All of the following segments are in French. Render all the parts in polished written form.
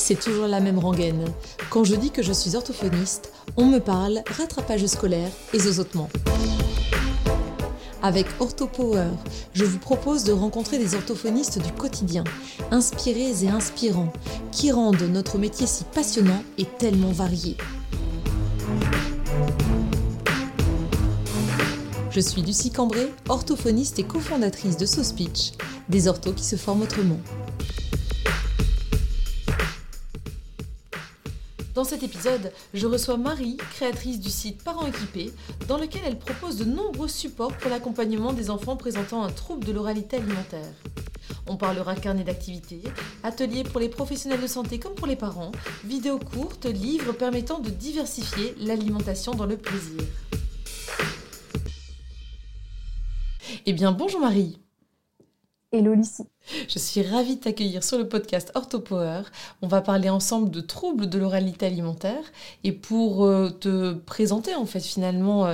c'est toujours la même rengaine. Quand je dis que je suis orthophoniste, on me parle rattrapage scolaire et zozotement. Avec OrthoPower, je vous propose de rencontrer des orthophonistes du quotidien, inspirés et inspirants, qui rendent notre métier si passionnant et tellement varié. Je suis Lucie Cambré, orthophoniste et cofondatrice de SoSpeech, des orthos qui se forment autrement. Dans cet épisode, je reçois Marie, créatrice du site Parents Équipés, dans lequel elle propose de nombreux supports pour l'accompagnement des enfants présentant un trouble de l'oralité alimentaire. On parlera carnet d'activités, ateliers pour les professionnels de santé comme pour les parents, vidéos courtes, livres permettant de diversifier l'alimentation dans le plaisir. Eh bien, bonjour Marie. Hello Lucie. Je suis ravie de t'accueillir sur le podcast OrthoPower. On va parler ensemble de troubles de l'oralité alimentaire. Et pour te présenter, en fait, finalement,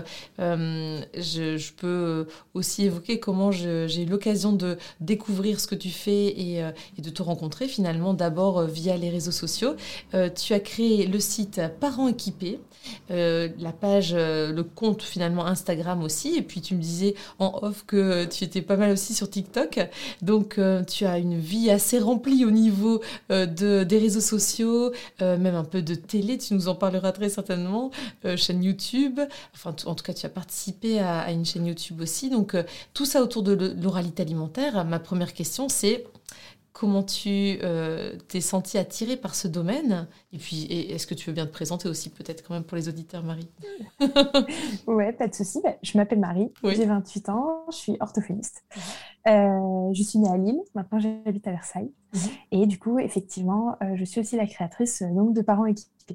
je peux aussi évoquer comment j'ai eu l'occasion de découvrir ce que tu fais et de te rencontrer, finalement, d'abord via les réseaux sociaux. Tu as créé le site Parents Équipés, la page, le compte, finalement, Instagram aussi. Et puis, tu me disais en off que tu étais pas mal aussi sur TikTok. Donc, tu as une vie assez remplie au niveau des réseaux sociaux, même un peu de télé, tu nous en parleras très certainement, chaîne YouTube, enfin en tout cas tu as participé à une chaîne YouTube aussi, donc tout ça autour de l'oralité alimentaire. Ma première question c'est comment tu t'es sentie attirée par ce domaine et puis est-ce que tu veux bien te présenter aussi peut-être quand même pour les auditeurs, Marie? Ouais, pas de souci. Je m'appelle Marie, Oui. J'ai 28 ans, je suis orthophoniste. Je suis née à Lille, maintenant j'habite à Versailles. Et du coup, effectivement, je suis aussi la créatrice donc, de Parents Équipés.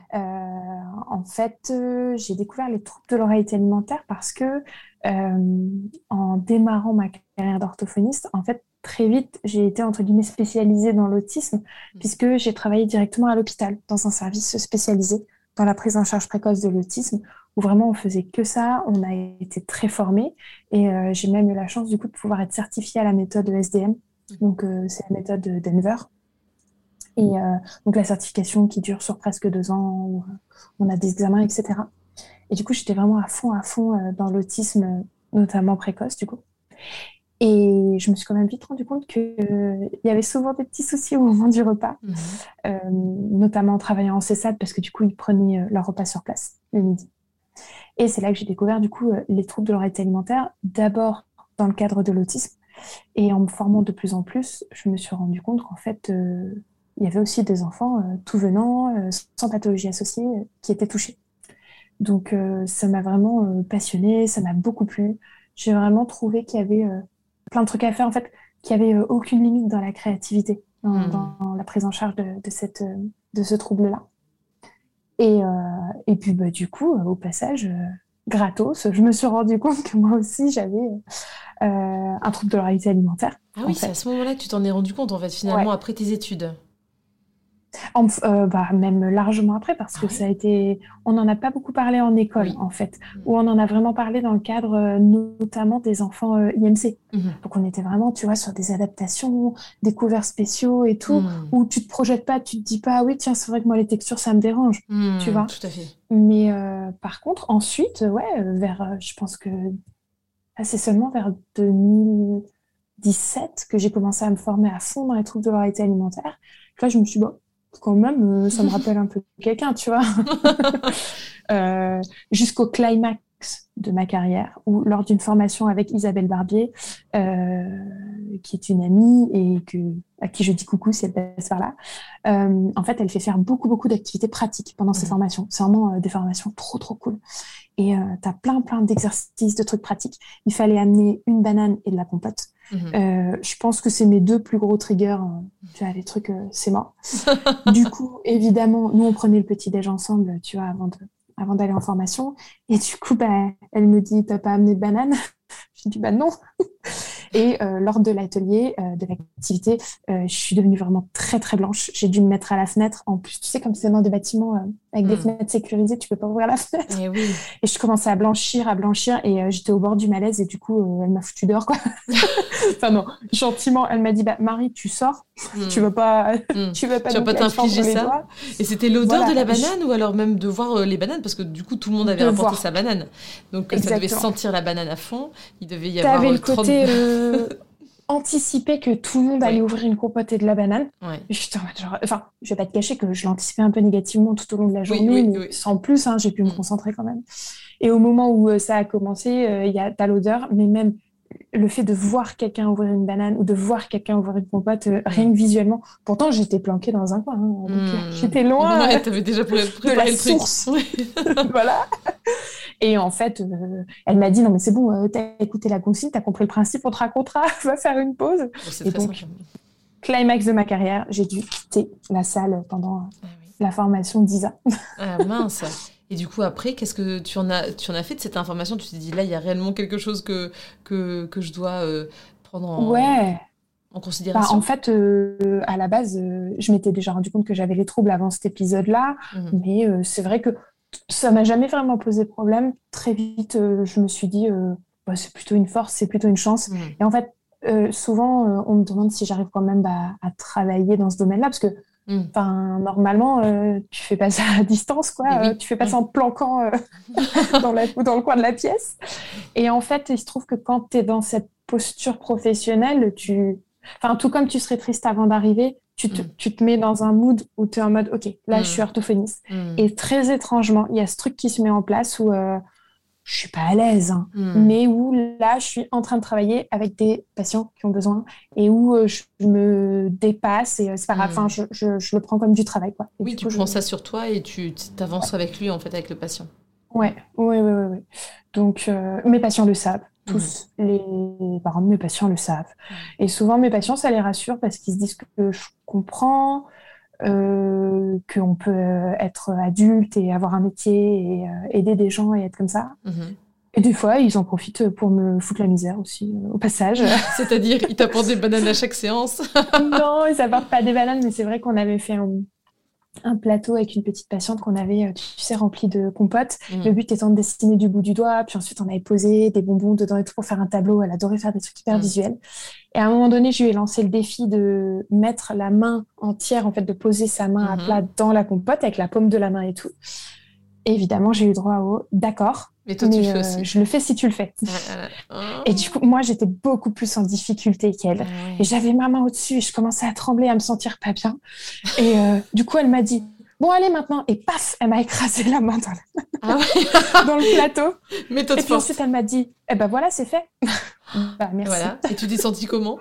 En fait, j'ai découvert les troubles de l'oralité alimentaire parce que en démarrant ma carrière d'orthophoniste, en fait, très vite, j'ai été entre guillemets spécialisée dans l'autisme puisque j'ai travaillé directement à l'hôpital dans un service spécialisé dans la prise en charge précoce de l'autisme où vraiment on faisait que ça, on a été très formés et j'ai même eu la chance du coup de pouvoir être certifiée à la méthode SDM, donc c'est la méthode Denver. Et donc la certification qui dure sur presque 2 ans, où on a des examens, etc. Et du coup, j'étais vraiment à fond dans l'autisme, notamment précoce du coup. Et je me suis quand même vite rendu compte qu'il y avait souvent des petits soucis au moment du repas, notamment en travaillant en CESAD, parce que du coup, ils prenaient leur repas sur place le midi. Et c'est là que j'ai découvert du coup les troubles de l'oralité alimentaire, d'abord dans le cadre de l'autisme. Et en me formant de plus en plus, je me suis rendu compte qu'en fait, il y avait aussi des enfants tout venant, sans pathologie associée, qui étaient touchés. Donc ça m'a vraiment passionnée, ça m'a beaucoup plu. J'ai vraiment trouvé qu'il y avait plein de trucs à faire, en fait, qu'il n'y avait aucune limite dans la créativité, dans la prise en charge de ce trouble-là. Et puis, du coup, au passage, gratos, je me suis rendu compte que moi aussi, j'avais un trouble de l'oralité alimentaire. Ah oui, c'est à ce moment-là que tu t'en es rendu compte, en fait, finalement, Ouais. après tes études. Même largement après, parce que ça a été... On n'en a pas beaucoup parlé en école, en fait, où on en a vraiment parlé dans le cadre notamment des enfants IMC. Donc on était vraiment, tu vois, sur des adaptations, des couverts spéciaux et tout, où tu te projettes pas, tu te dis pas, ah oui, tiens, c'est vrai que moi, les textures, ça me dérange, tu vois. Tout à fait. Mais par contre, ensuite, je pense que c'est seulement vers 2017 que j'ai commencé à me former à fond dans les troubles de l'oralité alimentaire. Là, je me suis dit, quand même, ça me rappelle un peu quelqu'un, tu vois. Jusqu'au climax de ma carrière, où lors d'une formation avec Isabelle Barbier, qui est une amie et à qui je dis coucou si elle passe par là, en fait, elle fait faire beaucoup d'activités pratiques pendant ces formations. C'est vraiment des formations trop cool. Et tu as plein d'exercices, de trucs pratiques. Il fallait amener une banane et de la compote. Je pense que c'est mes 2 plus gros triggers. Tu vois, les trucs, c'est mort. Du coup, évidemment, nous, on prenait le petit-déj ensemble, tu vois, avant d'aller en formation. Et du coup, elle me dit, t'as pas amené de banane? Je dis, non. Et lors de l'atelier, de l'activité, je suis devenue vraiment très blanche. J'ai dû me mettre à la fenêtre. En plus, tu sais, comme c'est dans des bâtiments avec des fenêtres sécurisées, tu peux pas ouvrir la fenêtre. Eh oui. Et je commençais à blanchir, et j'étais au bord du malaise et du coup, elle m'a foutu dehors, quoi. Enfin non, gentiment, elle m'a dit, bah Marie, tu sors, tu veux pas Tu vas nous pas claquer t'infliger entre les ça. doigts. Et c'était l'odeur Voilà, de la banane ou alors même de voir les bananes parce que du coup tout le monde avait de apporté voir. sa banane. Donc ça devait Exactement. sentir la banane à fond. Il devait y T'avais avoir le 30... côté anticiper que tout le monde allait Oui, ouvrir une compote et de la banane. ouais. Et j'étais en mode genre, enfin, je vais pas te cacher que je l'anticipais un peu négativement tout au long de la Oui, journée, oui, mais oui. sans plus, hein, j'ai pu me concentrer quand même. Et au moment où ça a commencé, t'as l'odeur, mais même le fait de voir quelqu'un ouvrir une banane ou de voir quelqu'un ouvrir une compote, rien que visuellement. Pourtant, j'étais planquée dans un coin, hein, donc j'étais loin Ouais, t'avais déjà de la préparé le truc. source. Voilà. Et en fait, elle m'a dit, non mais c'est bon, t'as écouté la consigne, t'as compris le principe, on te racontera, va faire une pause. Bon, c'est Et très donc, simple. climax de ma carrière, j'ai dû quitter la salle pendant la formation d'ISA. Ah mince. Et du coup, après, qu'est-ce que tu en as fait de cette information? Tu t'es dit, là, il y a réellement quelque chose que je dois prendre Ouais. en Bah, considération? en fait, à la base, je m'étais déjà rendu compte que j'avais les troubles avant cet épisode-là, mais c'est vrai que ça m'a jamais vraiment posé problème. Très vite, je me suis dit, bah, c'est plutôt une force, c'est plutôt une chance. Et en fait, souvent, on me demande si j'arrive quand même à travailler dans ce domaine-là, parce que normalement, tu fais pas ça à distance, quoi. Oui. Tu fais pas ça en planquant dans le coin de la pièce. Et en fait, il se trouve que quand tu es dans cette posture professionnelle, enfin, tout comme tu serais triste avant d'arriver, tu te mets dans un mood où tu es en mode, OK, là, je suis orthophoniste. Et très étrangement, il y a ce truc qui se met en place où je suis pas à l'aise, hein, mais où là, je suis en train de travailler avec des patients qui ont besoin et où je me dépasse et c'est pas grave, enfin, je le prends comme du travail, quoi. Et Oui, tu prends ça sur toi et tu t'avances avec lui, en fait, avec le patient. Ouais. Donc, mes patients le savent, tous. Les parents de mes patients le savent. Et souvent, mes patients, ça les rassure parce qu'ils se disent que je comprends, qu'on peut être adulte et avoir un métier et aider des gens et être comme ça. Et des fois, ils en profitent pour me foutre la misère aussi, au passage. C'est-à-dire, ils t'apportent des bananes à chaque séance? Non, ils n'apportent pas des bananes, mais c'est vrai qu'on avait fait un plateau avec une petite patiente qu'on avait, tu sais, rempli de compotes. Le but étant de dessiner du bout du doigt, puis ensuite on avait posé des bonbons dedans et tout pour faire un tableau. Elle adorait faire des trucs hyper visuels. Et à un moment donné, je lui ai lancé le défi de mettre la main entière, en fait, de poser sa main à plat dans la compote avec la paume de la main et tout. Et évidemment, j'ai eu droit au d'accord. Mais toi, tu le fais aussi. Je le fais si tu le fais. Et du coup, moi, j'étais beaucoup plus en difficulté qu'elle. Et j'avais ma main au-dessus et je commençais à trembler, à me sentir pas bien. Et du coup, elle m'a dit, bon, allez maintenant. Et paf, elle m'a écrasé la main dans le plateau. Méthode et puis forte. ensuite, elle m'a dit, eh ben voilà, c'est fait. Bah, merci. Voilà. Et tu t'es sentie comment?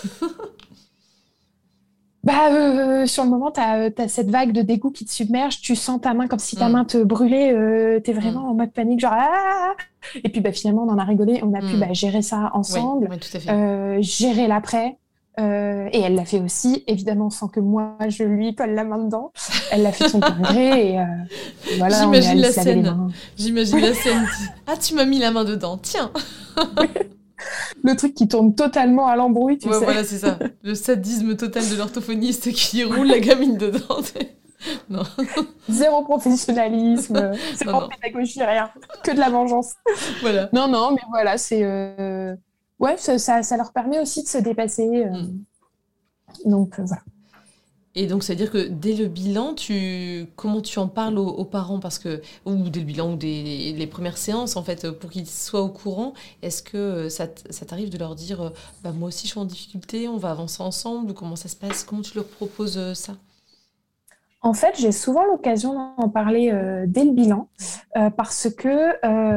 Bah, sur le moment, t'as cette vague de dégoût qui te submerge. Tu sens ta main comme si ta main te brûlait. T'es vraiment en mode panique, genre ah. Et puis bah, finalement, on en a rigolé. On a pu gérer ça ensemble, oui, tout à fait. gérer l'après. Et elle l'a fait aussi, évidemment, sans que moi je lui colle la main dedans. Elle l'a fait de son plein gré. Et voilà, on est allé se laver les mains. J'imagine la scène. Ah, tu m'as mis la main dedans. Tiens. Le truc qui tourne totalement à l'embrouille, tu sais. Voilà, c'est ça. Le sadisme total de l'orthophoniste qui roule la gamine dedans. Non. Zéro professionnalisme, zéro pédagogie, rien. Que de la vengeance. Voilà. Non, mais voilà, c'est... Ouais, ça leur permet aussi de se dépasser. Donc, voilà. Et donc, c'est-à-dire que dès le bilan, comment tu en parles aux parents ou dès le bilan ou dès les premières séances, en fait, pour qu'ils soient au courant, est-ce que ça t'arrive de leur dire bah, moi aussi je suis en difficulté, on va avancer ensemble, ou comment ça se passe? Comment tu leur proposes ça? En fait, j'ai souvent l'occasion d'en parler dès le bilan parce que,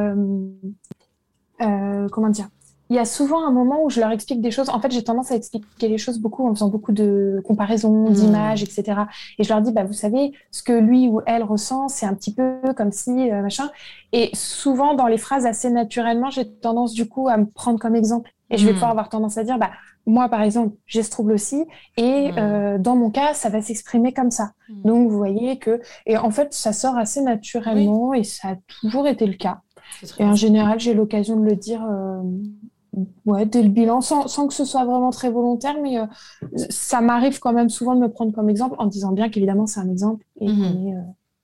comment dire, il y a souvent un moment où je leur explique des choses. En fait, j'ai tendance à expliquer les choses beaucoup en faisant beaucoup de comparaisons, d'images, etc. Et je leur dis, bah, vous savez, ce que lui ou elle ressent, c'est un petit peu comme si, machin. Et souvent, dans les phrases, assez naturellement, j'ai tendance, du coup, à me prendre comme exemple. Et je vais pouvoir avoir tendance à dire, bah, moi, par exemple, j'ai ce trouble aussi. Et dans mon cas, ça va s'exprimer comme ça. Donc, vous voyez que... Et en fait, ça sort assez naturellement et ça a toujours été le cas. Et en général, j'ai l'occasion de le dire... dès le bilan, sans que ce soit vraiment très volontaire, mais ça m'arrive quand même souvent de me prendre comme exemple en disant bien qu'évidemment c'est un exemple et qu'on est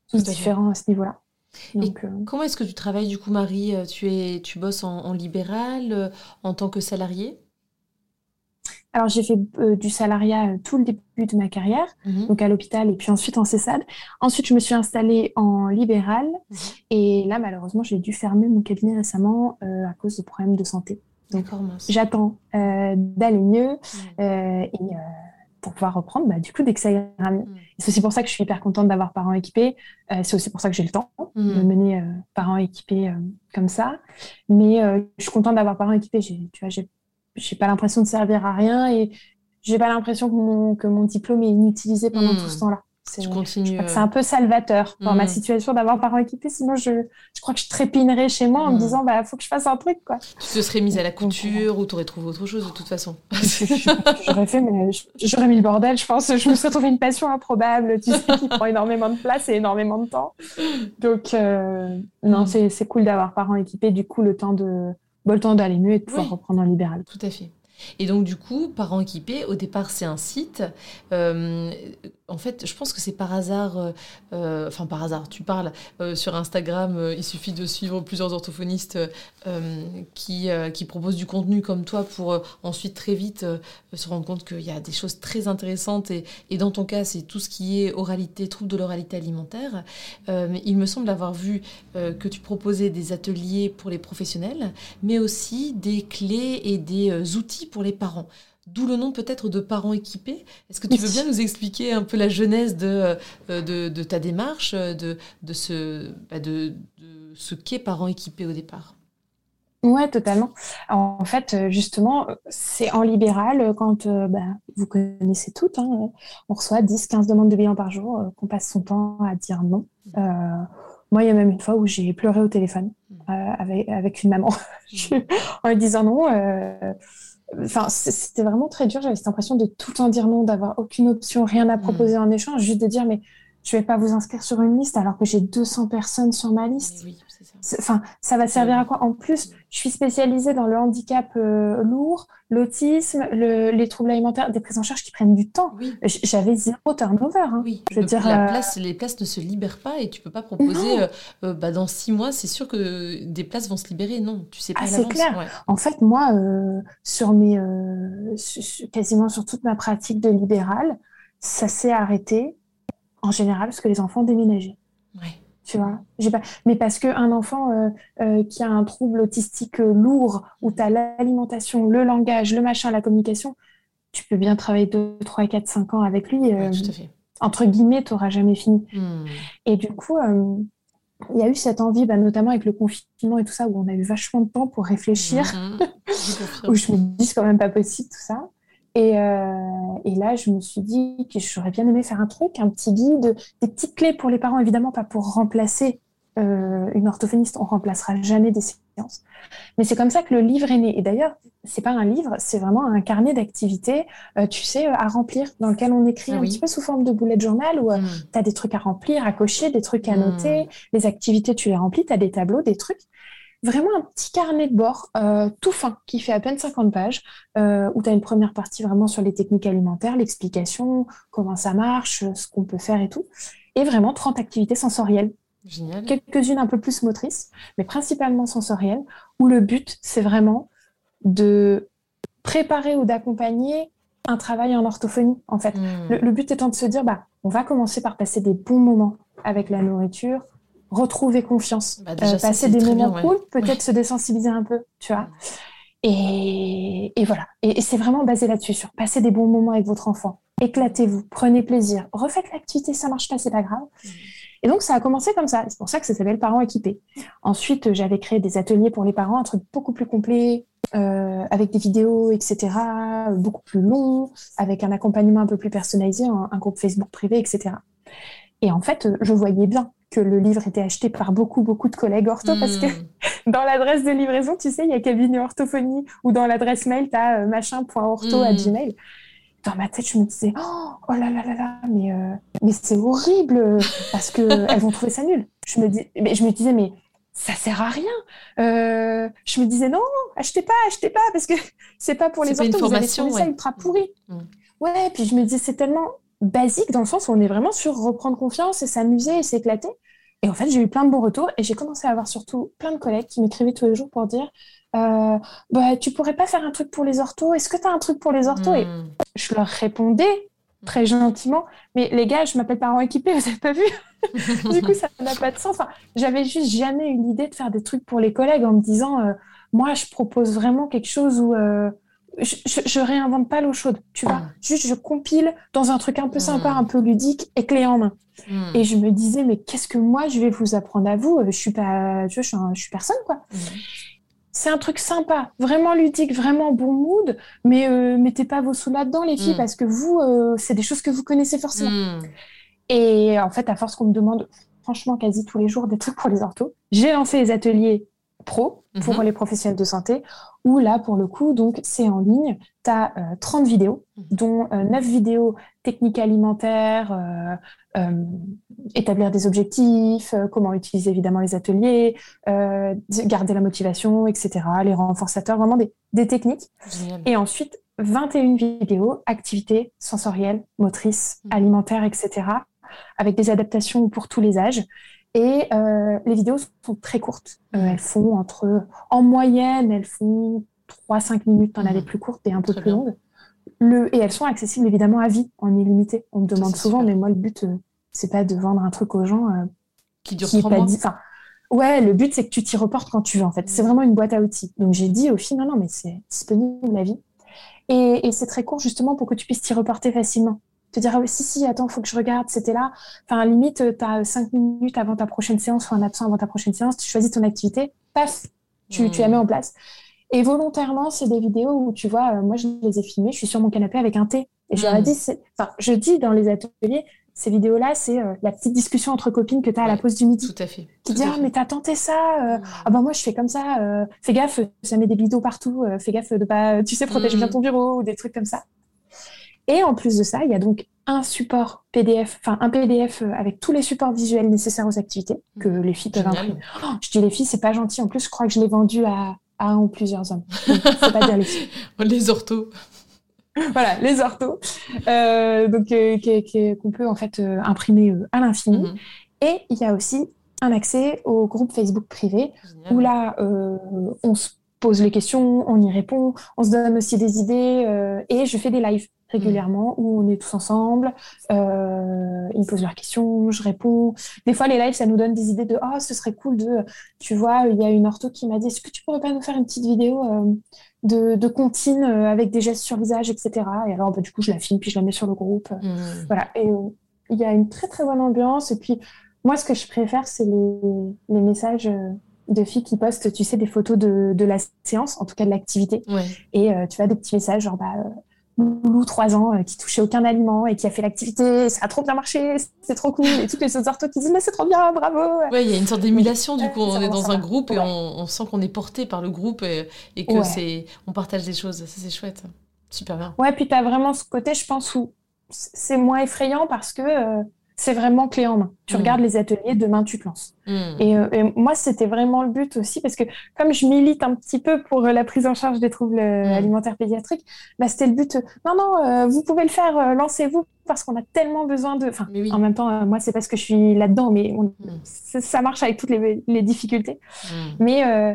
tous Tout à fait. différents à ce niveau-là. Et Donc, comment est-ce que tu travailles du coup, Marie? Tu bosses en libéral, en tant que salarié? alors, j'ai fait du salariat tout le début de ma carrière, Mhm, donc à l'hôpital et puis ensuite en CESAD. Ensuite, je me suis installée en libéral mhm. et là, malheureusement, j'ai dû fermer mon cabinet récemment à cause de problèmes de santé. Donc, D'accord, mince. j'attends d'aller mieux Mhm, et pour pouvoir reprendre, bah, du coup, dès que ça ira mieux. mhm, Et c'est aussi pour ça que je suis hyper contente d'avoir parents équipés. C'est aussi pour ça que j'ai le temps de mhm. mener parents équipés comme ça. Mais je suis contente d'avoir parents équipés. Tu vois, j'ai pas l'impression de servir à rien et j'ai pas l'impression que mon diplôme est inutilisé pendant tout ce Mhm. temps-là. Tu Je continues. crois que c'est un peu salvateur dans ma Mhm. situation d'avoir parents équipés. Sinon, je crois que je trépignerais chez moi en me Mhm. disant, bah, faut que je fasse un truc, quoi. Tu te serais mise à la Donc, couture ou t'aurais trouvé autre chose de toute façon. je sais pas ce que j'aurais fait, mais j'aurais mis le bordel, je pense. Je me serais trouvé une passion improbable, tu sais, qui prend énormément de place et énormément de temps. Donc, non, Mhm. c'est cool d'avoir parents équipés. Du coup, le temps d'aller mieux et de pouvoir Oui, reprendre en libéral. tout à fait. Et donc, du coup, Parents équipés, au départ, c'est un site. Euh, En fait, je pense que c'est par hasard, enfin par hasard, tu parles sur Instagram, il suffit de suivre plusieurs orthophonistes qui proposent du contenu comme toi pour ensuite très vite se rendre compte qu'il y a des choses très intéressantes. Et dans ton cas, c'est tout ce qui est oralité, troubles de l'oralité alimentaire. Mais il me semble avoir vu que tu proposais des ateliers pour les professionnels, mais aussi des clés et des outils pour les parents. D'où le nom peut-être de parents équipés. Est-ce que tu veux bien Oui. nous expliquer un peu la genèse de ta démarche, de ce qu'est parents équipés au départ? Ouais, totalement. En fait, justement, c'est en libéral, quand bah, vous connaissez toutes, hein, on reçoit 10, 15 demandes de bilan par jour, qu'on passe son temps à dire non. Euh, Moi, il y a même une fois où j'ai pleuré au téléphone avec une maman en lui disant non. Enfin, c'était vraiment très dur. J'avais cette impression de tout le temps dire non, d'avoir aucune option, rien à Hmm. proposer en échange, juste de dire mais je vais pas vous inscrire sur une liste alors que j'ai 200 personnes sur ma Mais liste. oui, c'est ça. Enfin, ça va Euh, servir à quoi? En plus, je suis spécialisée dans le handicap lourd, l'autisme, les troubles alimentaires, des prises en charge qui prennent du temps. oui, J'avais zéro turnover, hein. oui. Je veux dire, Les places ne se libèrent pas et tu peux pas proposer. non, Dans 6 mois, c'est sûr que des places vont se libérer. Non, tu sais pas ah, à c'est l'avance. clair. Ouais. En fait, moi, quasiment sur toute ma pratique de libéral, ça s'est arrêté en général parce que les enfants déménageaient. Ouais. Tu vois, j'ai pas... Mais parce qu'un enfant qui a un trouble autistique lourd, où tu as l'alimentation, le langage, le machin, la communication, tu peux bien travailler 2, 3, 4, 5 ans avec lui. Ouais, tout à fait. Entre guillemets, tu n'auras jamais fini. Hmm. Et du coup, il y a eu cette envie, bah, notamment avec le confinement et tout ça, où on a eu vachement de temps pour réfléchir, Mhm. Je où confirme. je me dis, c'est quand même pas possible tout ça. Et là, je me suis dit que j'aurais bien aimé faire un truc, un petit guide, des petites clés pour les parents, évidemment, pas pour remplacer une orthophoniste. On remplacera jamais des séances. Mais c'est comme ça que le livre est né. Et d'ailleurs, c'est pas un livre, c'est vraiment un carnet d'activités, tu sais, à remplir, dans lequel on écrit Ah un petit oui. peu sous forme de bullet journal, où Hmm. tu as des trucs à remplir, à cocher, des trucs à Hmm. noter, les activités, tu les remplis, tu as des tableaux, des trucs. Vraiment un petit carnet de bord tout fin qui fait à peine 50 pages, où tu as une première partie vraiment sur les techniques alimentaires, l'explication, comment ça marche, ce qu'on peut faire et tout. Et vraiment 30 activités sensorielles, Génial. quelques-unes un peu plus motrices, mais principalement sensorielles, où le but, c'est vraiment de préparer ou d'accompagner un travail en orthophonie, en fait. Hmm. Le but étant de se dire, bah, on va commencer par passer des bons moments avec la nourriture, retrouver confiance, Bah déjà, ça, passer c'est des très moments bien, ouais. cool, Ouais. peut-être se désensibiliser un peu, tu vois. Hmm. Et voilà. Et c'est vraiment basé là-dessus, sur passer des bons moments avec votre enfant. Éclatez-vous, prenez plaisir, refaites l'activité, ça marche pas, c'est pas grave. Hmm. Et donc, ça a commencé comme ça. C'est pour ça que ça s'appelle Parents équipés. Ensuite, j'avais créé des ateliers pour les parents, un truc beaucoup plus complet, avec des vidéos, etc., beaucoup plus long, avec un accompagnement un peu plus personnalisé, un groupe Facebook privé, etc. Et en fait, je voyais bien que le livre était acheté par beaucoup, beaucoup de collègues ortho, parce que Hmm. dans l'adresse de livraison, tu sais, il y a cabinet orthophonie, ou dans l'adresse mail, tu as Hmm. machin.ortho@gmail. Dans ma tête, je me disais, oh là là là là, mais c'est horrible parce que elles vont trouver ça nul. Je me disais, mais ça sert à rien. Je me disais, non, achetez pas, parce que c'est pas pour C'est les pas une orthos, vous allez formation, trouver ça ouais. ultra pourri. Hmm. Ouais, puis je me disais, c'est tellement basique dans le sens où on est vraiment sur reprendre confiance et s'amuser et s'éclater. Et en fait, j'ai eu plein de bons retours et j'ai commencé à avoir surtout plein de collègues qui m'écrivaient tous les jours pour dire tu pourrais pas faire un truc pour les orthos? Est-ce que tu as un truc pour les orthos? Et je leur répondais très gentiment, mais les gars, je m'appelle parent équipé, vous avez pas vu? Du coup, ça n'a pas de sens. Enfin, j'avais juste jamais eu l'idée de faire des trucs pour les collègues en me disant moi, je propose vraiment quelque chose où je réinvente pas l'eau chaude, tu vois. Juste, je compile dans un truc un peu sympa, un peu ludique et clé en main. Et je me disais, mais qu'est-ce que moi, je vais vous apprendre à vous? Je suis pas, tu vois, je suis personne, quoi. C'est un truc sympa, vraiment ludique, vraiment bon mood, mais mettez pas vos sous là-dedans, les filles, parce que vous, c'est des choses que vous connaissez forcément. Et en fait, à force qu'on me demande, franchement, quasi tous les jours, des trucs pour les orthos, j'ai lancé les ateliers pro pour les professionnels de santé, où là, pour le coup, donc c'est en ligne. Tu as 30 vidéos, dont 9 vidéos techniques alimentaires, établir des objectifs, comment utiliser évidemment les ateliers, garder la motivation, etc., les renforçateurs, vraiment des techniques. Génial. Et ensuite, 21 vidéos, activités sensorielles, motrices, alimentaires, etc., avec des adaptations pour tous les âges. Et les vidéos sont très courtes. Elles font en moyenne, elles font 3-5 minutes. T'en as des plus courtes et un peu plus longues. Et elles sont accessibles évidemment à vie, en illimité. On me demande souvent, mais moi le but, c'est pas de vendre un truc aux gens qui dure 3 mois. Ouais, le but c'est que tu t'y reportes quand tu veux en fait. C'est vraiment une boîte à outils. Donc j'ai dit aux filles, non, mais c'est disponible à vie. Et c'est très court justement pour que tu puisses t'y reporter facilement. Te dire, ah oui, si, attends, faut que je regarde, c'était là. Enfin, limite, tu as 5 minutes avant ta prochaine séance ou un absent avant ta prochaine séance, tu choisis ton activité, paf, tu la mets en place. Et volontairement, c'est des vidéos où, tu vois, moi, je les ai filmées, je suis sur mon canapé avec un thé. Et je leur ai dit, je dis dans les ateliers, ces vidéos-là, c'est la petite discussion entre copines que tu as à la pause du midi. Tout à fait. Qui dit, mais t'as tenté ça ah bah moi, je fais comme ça. Fais gaffe, ça met des bidons partout. Fais gaffe de pas, tu sais, protège bien ton bureau ou des trucs comme ça. Et en plus de ça, il y a donc un support PDF, enfin un PDF avec tous les supports visuels nécessaires aux activités que les filles peuvent imprimer. Oh, je dis les filles, c'est pas gentil. En plus, je crois que je l'ai vendu à un ou plusieurs hommes. Donc, faut pas dire les filles. Les orthos. Voilà, les orthos. Qu'on peut en fait imprimer à l'infini. Et il y a aussi un accès au groupe Facebook privé. Génial. Où là, on se pose les questions, on y répond, on se donne aussi des idées et je fais des lives régulièrement où on est tous ensemble, ils me posent leurs questions, je réponds. Des fois, les lives, ça nous donne des idées de « Oh, ce serait cool de… » Tu vois, il y a une ortho qui m'a dit « Est-ce que tu pourrais pas nous faire une petite vidéo de comptine avec des gestes sur le visage, etc. » Et alors, du coup, je la filme, puis je la mets sur le groupe. Voilà. Et il y a une très, très bonne ambiance. Et puis, moi, ce que je préfère, c'est les messages… de filles qui postent, tu sais, des photos de la séance, en tout cas de l'activité. Ouais. Et tu as des petits messages genre, Loulou, 3 ans, qui touchait aucun aliment et qui a fait l'activité, ça a trop bien marché, c'est trop cool. Et toutes les autres orthos qui disent, mais c'est trop bien, bravo. Ouais, il y a une sorte d'émulation, du coup, on est dans un groupe et on sent qu'on est porté par le groupe et que on partage des choses. Ça, c'est chouette. Super bien. Ouais, puis tu as vraiment ce côté, je pense, où c'est moins effrayant parce que c'est vraiment clé en main. Tu regardes les ateliers, demain tu te lances. Et moi, c'était vraiment le but aussi, parce que comme je milite un petit peu pour la prise en charge des troubles alimentaires pédiatriques, c'était le but. Non, vous pouvez le faire, lancez-vous, parce qu'on a tellement besoin de… Enfin, en même temps, moi, c'est parce que je suis là-dedans, mais ça marche avec toutes les difficultés. Mais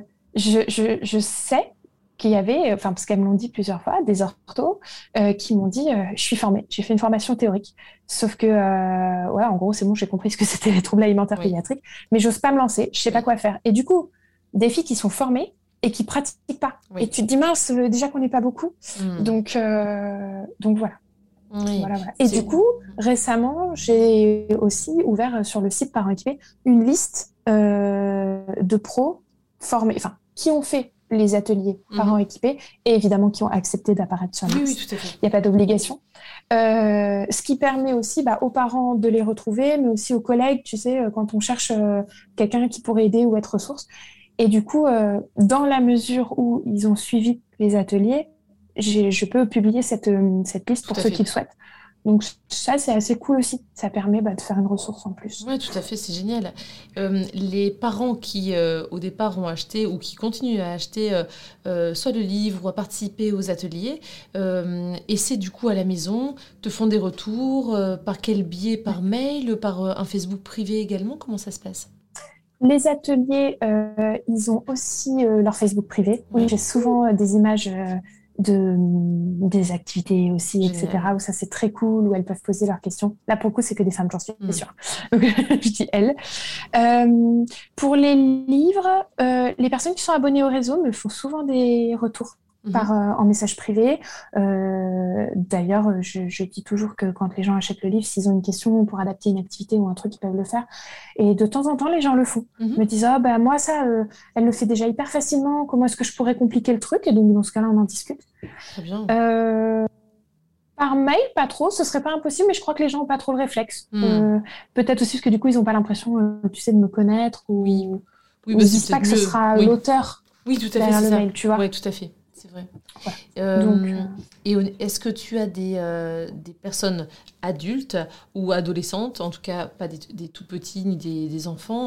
je sais qu'il y avait, parce qu'elles me l'ont dit plusieurs fois, des orthos qui m'ont dit je suis formée, j'ai fait une formation théorique, sauf que en gros c'est bon, j'ai compris ce que c'était les troubles alimentaires pédiatriques, mais j'ose pas me lancer, je sais pas quoi faire. Et du coup, des filles qui sont formées et qui pratiquent pas, et tu te dis mince, déjà qu'on n'est pas beaucoup, donc voilà. Voilà. Et du coup, récemment, j'ai aussi ouvert sur le site Parents Équipés une liste de pros formés, qui ont fait les ateliers parents équipés et évidemment qui ont accepté d'apparaître sur la liste. Oui, tout à fait. Il n'y a pas d'obligation. Ce qui permet aussi aux parents de les retrouver, mais aussi aux collègues, tu sais, quand on cherche quelqu'un qui pourrait aider ou être ressource. Et du coup, dans la mesure où ils ont suivi les ateliers, je peux publier cette liste pour ceux qui le souhaitent. Donc ça, c'est assez cool aussi. Ça permet de faire une ressource en plus. Oui, tout à fait, c'est génial. Les parents qui, au départ, ont acheté ou qui continuent à acheter soit le livre ou à participer aux ateliers, essaient du coup à la maison, te font des retours, par quel biais? Par mail, par un Facebook privé également? Comment ça se passe? Les ateliers, ils ont aussi leur Facebook privé. Oui, Oui, j'ai souvent des images des activités aussi, génial. etc., où ça c'est très cool, où elles peuvent poser leurs questions. Là, pour le coup, c'est que des femmes, j'en suis Hmm. sûre. Donc, je dis elles. Euh, pour les livres, les personnes qui sont abonnées au réseau me font souvent des retours Mhm. en message privé. D'ailleurs, je dis toujours que quand les gens achètent le livre, s'ils ont une question pour adapter une activité ou un truc, ils peuvent le faire. Et de temps en temps, les gens le font. Mhm. Me disent, ah bah moi ça, elle le fait déjà hyper facilement. Comment est-ce que je pourrais compliquer le truc? Et donc dans ce cas-là, on en discute. Très bien. Euh, Par mail, pas trop. Ce serait pas impossible, mais je crois que les gens n'ont pas trop le réflexe. Hmm. Peut-être aussi parce que du coup, ils n'ont pas l'impression, tu sais, de me connaître Oui, oui, ou bah ils se c'est disent pas peut-être que ce mieux. sera Oui, l'auteur oui, tout à fait, derrière c'est le ça. mail, tu vois. Oui, tout à fait, c'est vrai. Voilà. Donc, Euh, et est-ce que tu as des personnes adultes ou adolescentes, en tout cas pas des tout petits ni des enfants,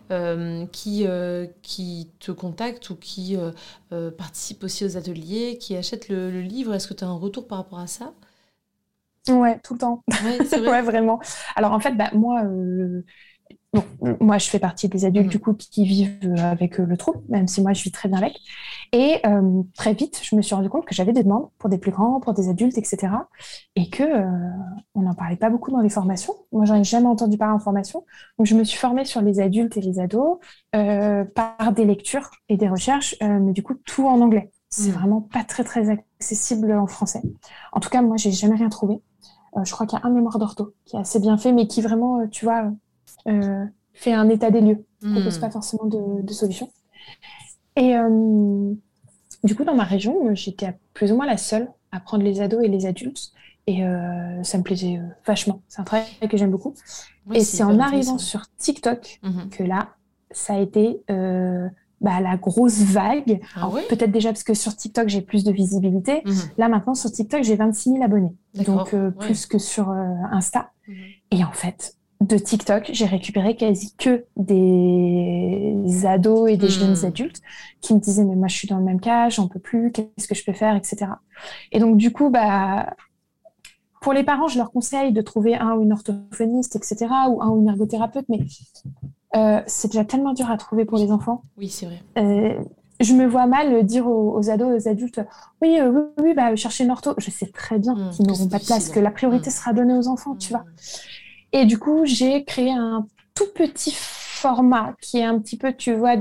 qui te contactent ou qui participent aussi aux ateliers, qui achètent le livre? Est-ce que tu as un retour par rapport à ça? ouais, tout le temps. Oui, c'est Ouais, vrai. vraiment. Alors en fait, moi, bon, moi, je fais partie des adultes Mhm. du coup qui vivent avec le trouble, même si moi, je vis très bien avec. Et très vite, je me suis rendu compte que j'avais des demandes pour des plus grands, pour des adultes, etc. Et que on n'en parlait pas beaucoup dans les formations. Moi, j'en ai Ouais. jamais entendu parler en formation. Donc, je me suis formée sur les adultes et les ados par des lectures et des recherches, mais du coup, tout en anglais. C'est Mhm. vraiment pas très, très accessible en français. En tout cas, moi, j'ai jamais rien trouvé. Je crois qu'il y a un mémoire d'ortho qui est assez bien fait, mais qui vraiment, tu vois, fait un état des lieux, propose pas Mhm. forcément de solution. Et du coup, dans ma région, j'étais plus ou moins la seule à prendre les ados et les adultes. Et ça me plaisait vachement. C'est un travail que j'aime beaucoup. Oui, Et c'est c'est hyper en arrivant intéressant. sur TikTok Mhm. que là, ça a été la grosse vague. Ah Alors, ouais? peut-être déjà parce que sur TikTok, j'ai plus de visibilité. Mhm. Là, maintenant, sur TikTok, j'ai 26 000 abonnés. Donc, D'accord, ouais. plus que sur Insta. Mhm. Et en fait, de TikTok, j'ai récupéré quasi que des ados et des jeunes Mhm. adultes qui me disaient, mais moi, je suis dans le même cas, j'en peux plus, qu'est-ce que je peux faire, etc. Et donc, du coup, pour les parents, je leur conseille de trouver un ou une orthophoniste, etc., ou un ou une ergothérapeute, mais c'est déjà tellement dur à trouver pour Oui, les enfants. oui, c'est vrai. Euh, je me vois mal dire aux ados, aux adultes, oui, oui, oui, chercher une ortho. Je sais très bien qu'ils Que n'auront c'est pas de place, difficile. que la priorité Mhm. sera donnée aux enfants, tu vois. Mhm. Et du coup, j'ai créé un tout petit format qui est un petit peu, tu vois,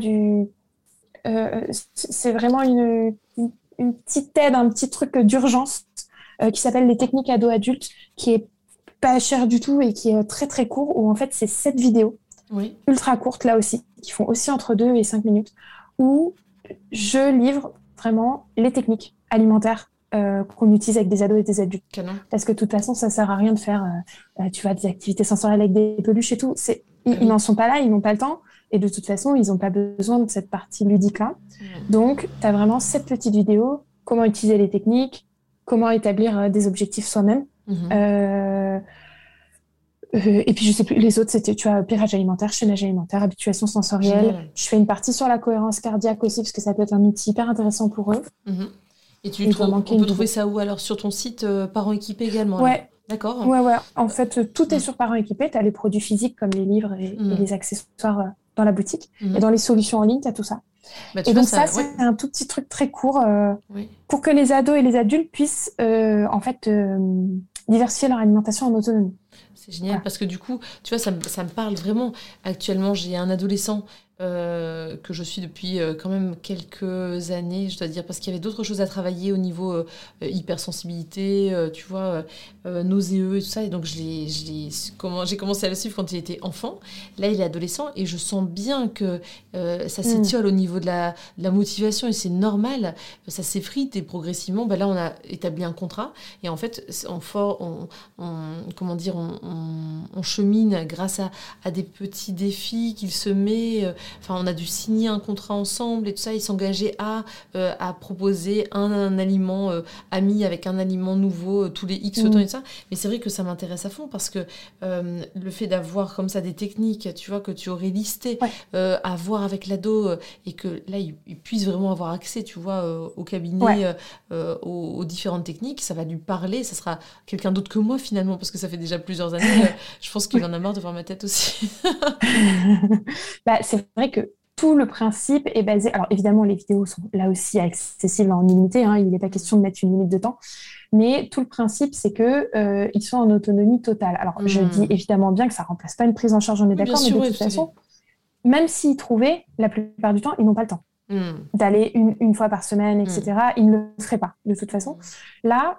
c'est vraiment une petite aide, un petit truc d'urgence qui s'appelle les techniques ado-adultes, qui est pas cher du tout et qui est très très court, où en fait, c'est 7 vidéos Oui. ultra courtes là aussi, qui font aussi entre 2 et 5 minutes, où je livre vraiment les techniques alimentaires qu'on utilise avec des ados et des adultes. Canon. Parce que de toute façon, ça sert à rien de faire, tu vois, des activités sensorielles avec des peluches et tout. Ah Ils oui. n'en sont pas là, ils n'ont pas le temps. Et de toute façon, ils n'ont pas besoin de cette partie ludique-là. Mhm. Donc, tu as vraiment cette petite vidéo, comment utiliser les techniques, comment établir des objectifs soi-même. Mhm. Euh, et puis, je sais plus, les autres, c'était, tu vois, pirage alimentaire, chaînage alimentaire, habituation sensorielle. Génial. Je fais une partie sur la cohérence cardiaque aussi, parce que ça peut être un outil hyper intéressant pour eux. Mhm. Et Et il doit manquer on une peut trouver vidéo. ça où alors? Sur ton site Parents équipés également alors? Ouais, D'accord. ouais. En fait, tout est Mhm. sur parents équipés. Tu as les produits physiques comme les livres et Mhm. les accessoires dans la boutique. Et Mhm. dans les solutions en ligne, tu as tout ça. Bah, tu Et vois, donc ça, ça, ouais. c'est un tout petit truc très court Oui. pour que les ados et les adultes puissent en fait diversifier leur alimentation en autonomie. C'est génial Voilà. parce que du coup, tu vois, ça me parle vraiment. Actuellement, j'ai un adolescent que je suis depuis quand même quelques années, je dois dire, parce qu'il y avait d'autres choses à travailler au niveau hypersensibilité, tu vois, nauséeux et tout ça. Et donc, j'ai commencé à le suivre quand il était enfant. Là, il est adolescent et je sens bien que ça Mm. s'étiole au niveau de la motivation et c'est normal. Ça s'effrite et progressivement, ben là, on a établi un contrat et en fait, comment dire, on chemine grâce à des petits défis qu'il se met enfin, on a dû signer un contrat ensemble et tout ça. Il s'engageait à proposer un aliment ami avec un aliment nouveau tous les X temps et tout ça. Mais c'est vrai que ça m'intéresse à fond parce que le fait d'avoir comme ça des techniques, tu vois, que tu aurais listées à voir avec l'ado et que là, il puisse vraiment avoir accès, tu vois, au cabinet, aux différentes techniques, ça va lui parler, ça sera quelqu'un d'autre que moi finalement parce que ça fait déjà plusieurs années. Je pense qu'il en a marre de voir ma tête aussi. C'est vrai que tout le principe est basé... Alors évidemment, les vidéos sont là aussi accessibles en illimité, hein, il n'est pas question de mettre une limite de temps, mais tout le principe, c'est qu'ils sont en autonomie totale. Alors je dis évidemment bien que ça ne remplace pas une prise en charge, on est d'accord, mais de toute façon, même s'ils trouvaient, la plupart du temps, ils n'ont pas le temps d'aller une fois par semaine, etc. Ils ne le feraient pas, de toute façon. Là,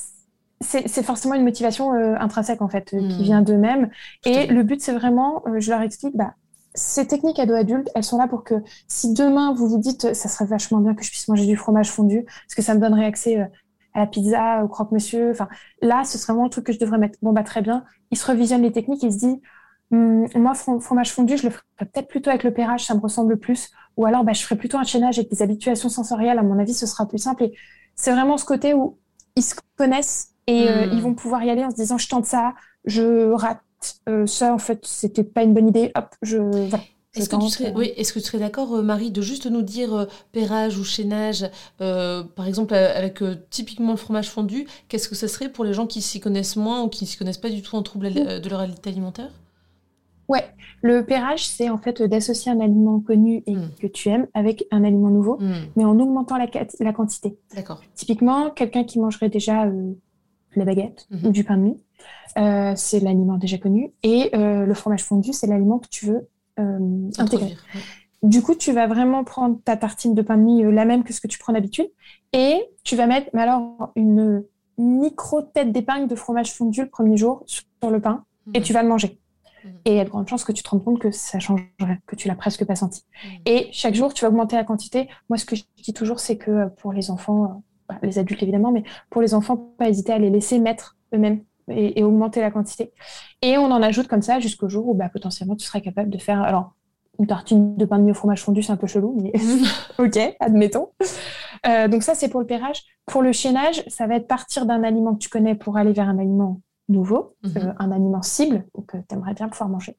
c'est forcément une motivation intrinsèque, en fait, qui vient d'eux-mêmes. Et le but, c'est vraiment, je leur explique, ces techniques ado-adultes, elles sont là pour que si demain, vous vous dites, ça serait vachement bien que je puisse manger du fromage fondu, parce que ça me donnerait accès à la pizza, au croque-monsieur, enfin, là, ce serait vraiment le truc que je devrais mettre. Bon, très bien. Ils se revisionnent les techniques et ils se disent, moi, fromage fondu, je le ferais peut-être plutôt avec le perrage, ça me ressemble plus. Ou alors, je ferais plutôt un chaînage avec des habituations sensorielles. À mon avis, ce sera plus simple. Et c'est vraiment ce côté où ils se connaissent et ils vont pouvoir y aller en se disant, je tente ça, je rate ça, en fait, c'était pas une bonne idée. Hop, voilà. Est-ce que tu serais d'accord, Marie, de juste nous dire pairage ou chaînage, par exemple, avec typiquement le fromage fondu, qu'est-ce que ça serait pour les gens qui s'y connaissent moins ou qui ne s'y connaissent pas du tout en troubles de leur qualité alimentaire ? Ouais, le pairage, c'est en fait d'associer un aliment connu et que tu aimes avec un aliment nouveau, mais en augmentant la quantité. D'accord. Typiquement, quelqu'un qui mangerait déjà de la baguette ou du pain de mie, c'est l'aliment déjà connu, et le fromage fondu, c'est l'aliment que tu veux intégrer. Ouais. Du coup, tu vas vraiment prendre ta tartine de pain de mie, la même que ce que tu prends d'habitude, et tu vas mettre, mais alors, une micro-tête d'épingle de fromage fondu le premier jour sur le pain, et tu vas le manger. Et il y a de grandes chances que tu te rendes compte que ça change rien, que tu l'as presque pas senti. Et chaque jour, tu vas augmenter la quantité. Moi, ce que je dis toujours, c'est que pour les enfants, les adultes évidemment, mais pour les enfants, pas hésiter à les laisser mettre eux-mêmes et augmenter la quantité. Et on en ajoute comme ça jusqu'au jour où potentiellement tu seras capable de faire... Alors, une tartine de pain de mie au fromage fondu, c'est un peu chelou, mais ok, admettons. Donc ça, c'est pour le pairage. Pour le chaînage, ça va être partir d'un aliment que tu connais pour aller vers un aliment nouveau, un aliment cible que tu aimerais bien pouvoir manger,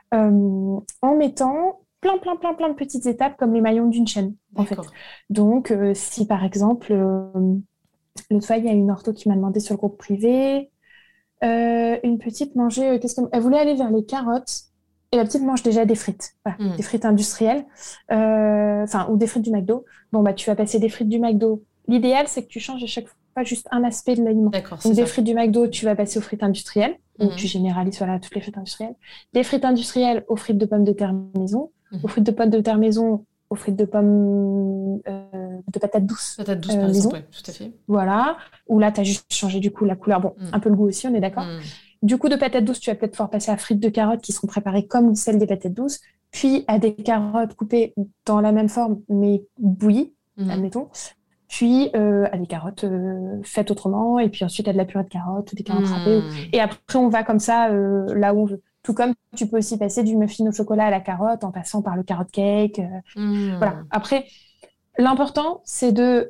en mettant plein de petites étapes comme les maillons d'une chaîne, en fait. Donc, si par exemple, l'autre fois, il y a une ortho qui m'a demandé sur le groupe privé, une petite mangeait, elle voulait aller vers les carottes, et la petite mange déjà des frites, voilà, des frites industrielles, ou des frites du McDo. Bon, tu vas passer des frites du McDo. L'idéal, c'est que tu changes à chaque fois juste un aspect de l'aliment. Donc, des frites du McDo, tu vas passer aux frites industrielles, où tu généralises toutes les frites industrielles. Des frites industrielles aux frites de pommes de terre maison, aux frites de pommes de terre maison, aux frites de pommes de patates douces. Patates douces, par exemple, tout à fait. Voilà, où là, tu as juste changé du coup la couleur. Bon, un peu le goût aussi, on est d'accord. Du coup, de patates douces, tu vas peut-être pouvoir passer à frites de carottes qui seront préparées comme celles des patates douces, puis à des carottes coupées dans la même forme, mais bouillies, admettons. Puis à des carottes faites autrement, et puis ensuite à de la purée de carottes ou des carottes râpées. Et après, on va comme ça là où on veut. Tout comme tu peux aussi passer du muffin au chocolat à la carotte en passant par le carrot cake. Voilà. Après, l'important, c'est de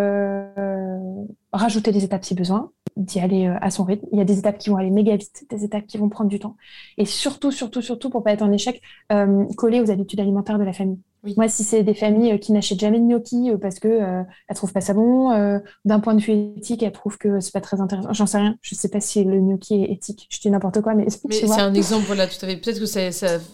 rajouter des étapes si besoin, d'y aller à son rythme. Il y a des étapes qui vont aller méga vite, des étapes qui vont prendre du temps. Et surtout, pour pas être en échec, coller aux habitudes alimentaires de la famille. Oui. Moi, si c'est des familles qui n'achètent jamais de gnocchi parce qu'elles ne trouvent pas ça bon, d'un point de vue éthique, elles trouvent que c'est pas très intéressant. J'en sais rien. Je ne sais pas si le gnocchi est éthique. Je dis n'importe quoi, mais c'est un exemple, voilà, tout à fait. Peut-être que ça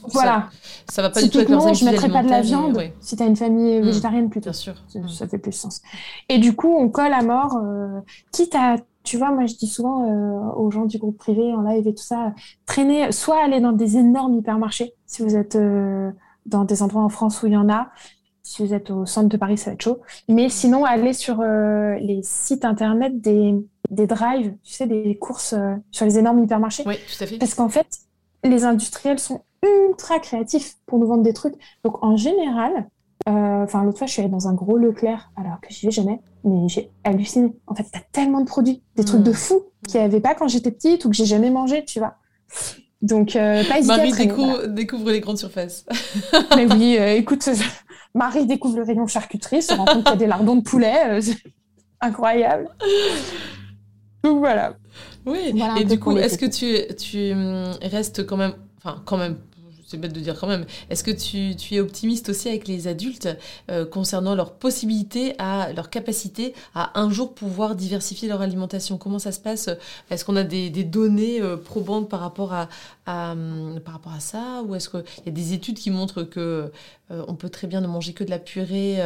va pas du tout avec leurs habitudes alimentaires. Je ne mettrais pas de la viande si tu as une famille végétarienne plutôt. Bien sûr. Ça fait plus sens. Et du coup, on colle à mort, quitte à... Tu vois, moi, je dis souvent aux gens du groupe privé, en live et tout ça, traîner, soit aller dans des énormes hypermarchés, si vous êtes dans des endroits en France où il y en a. Si vous êtes au centre de Paris, ça va être chaud. Mais sinon, aller sur les sites internet des drives, tu sais, des courses sur les énormes hypermarchés. Oui, tout à fait. Parce qu'en fait, les industriels sont ultra créatifs pour nous vendre des trucs. Donc, en général... l'autre fois, je suis allée dans un gros Leclerc, alors que j'y vais jamais, mais j'ai halluciné. En fait, t'as tellement de produits, des trucs de fou qu'il n'y avait pas quand j'étais petite ou que j'ai jamais mangé, tu vois. Donc, pas hésiter Marie à traîner, voilà. découvre les grandes surfaces. Mais oui, écoute, Marie découvre le rayon charcuterie, se rend compte qu'il y a des lardons de poulet, c'est incroyable. Donc voilà, Oui, voilà un et peu du pour coup, est-ce l'été. que tu restes quand même, enfin quand même, c'est bête de dire quand même, est-ce que tu es optimiste aussi avec les adultes concernant leur possibilité, leur capacité à un jour pouvoir diversifier leur alimentation? Comment ça se passe? Est-ce qu'on a des données probantes par rapport à ça? Ou est-ce qu'il y a des études qui montrent que on peut très bien ne manger que de la purée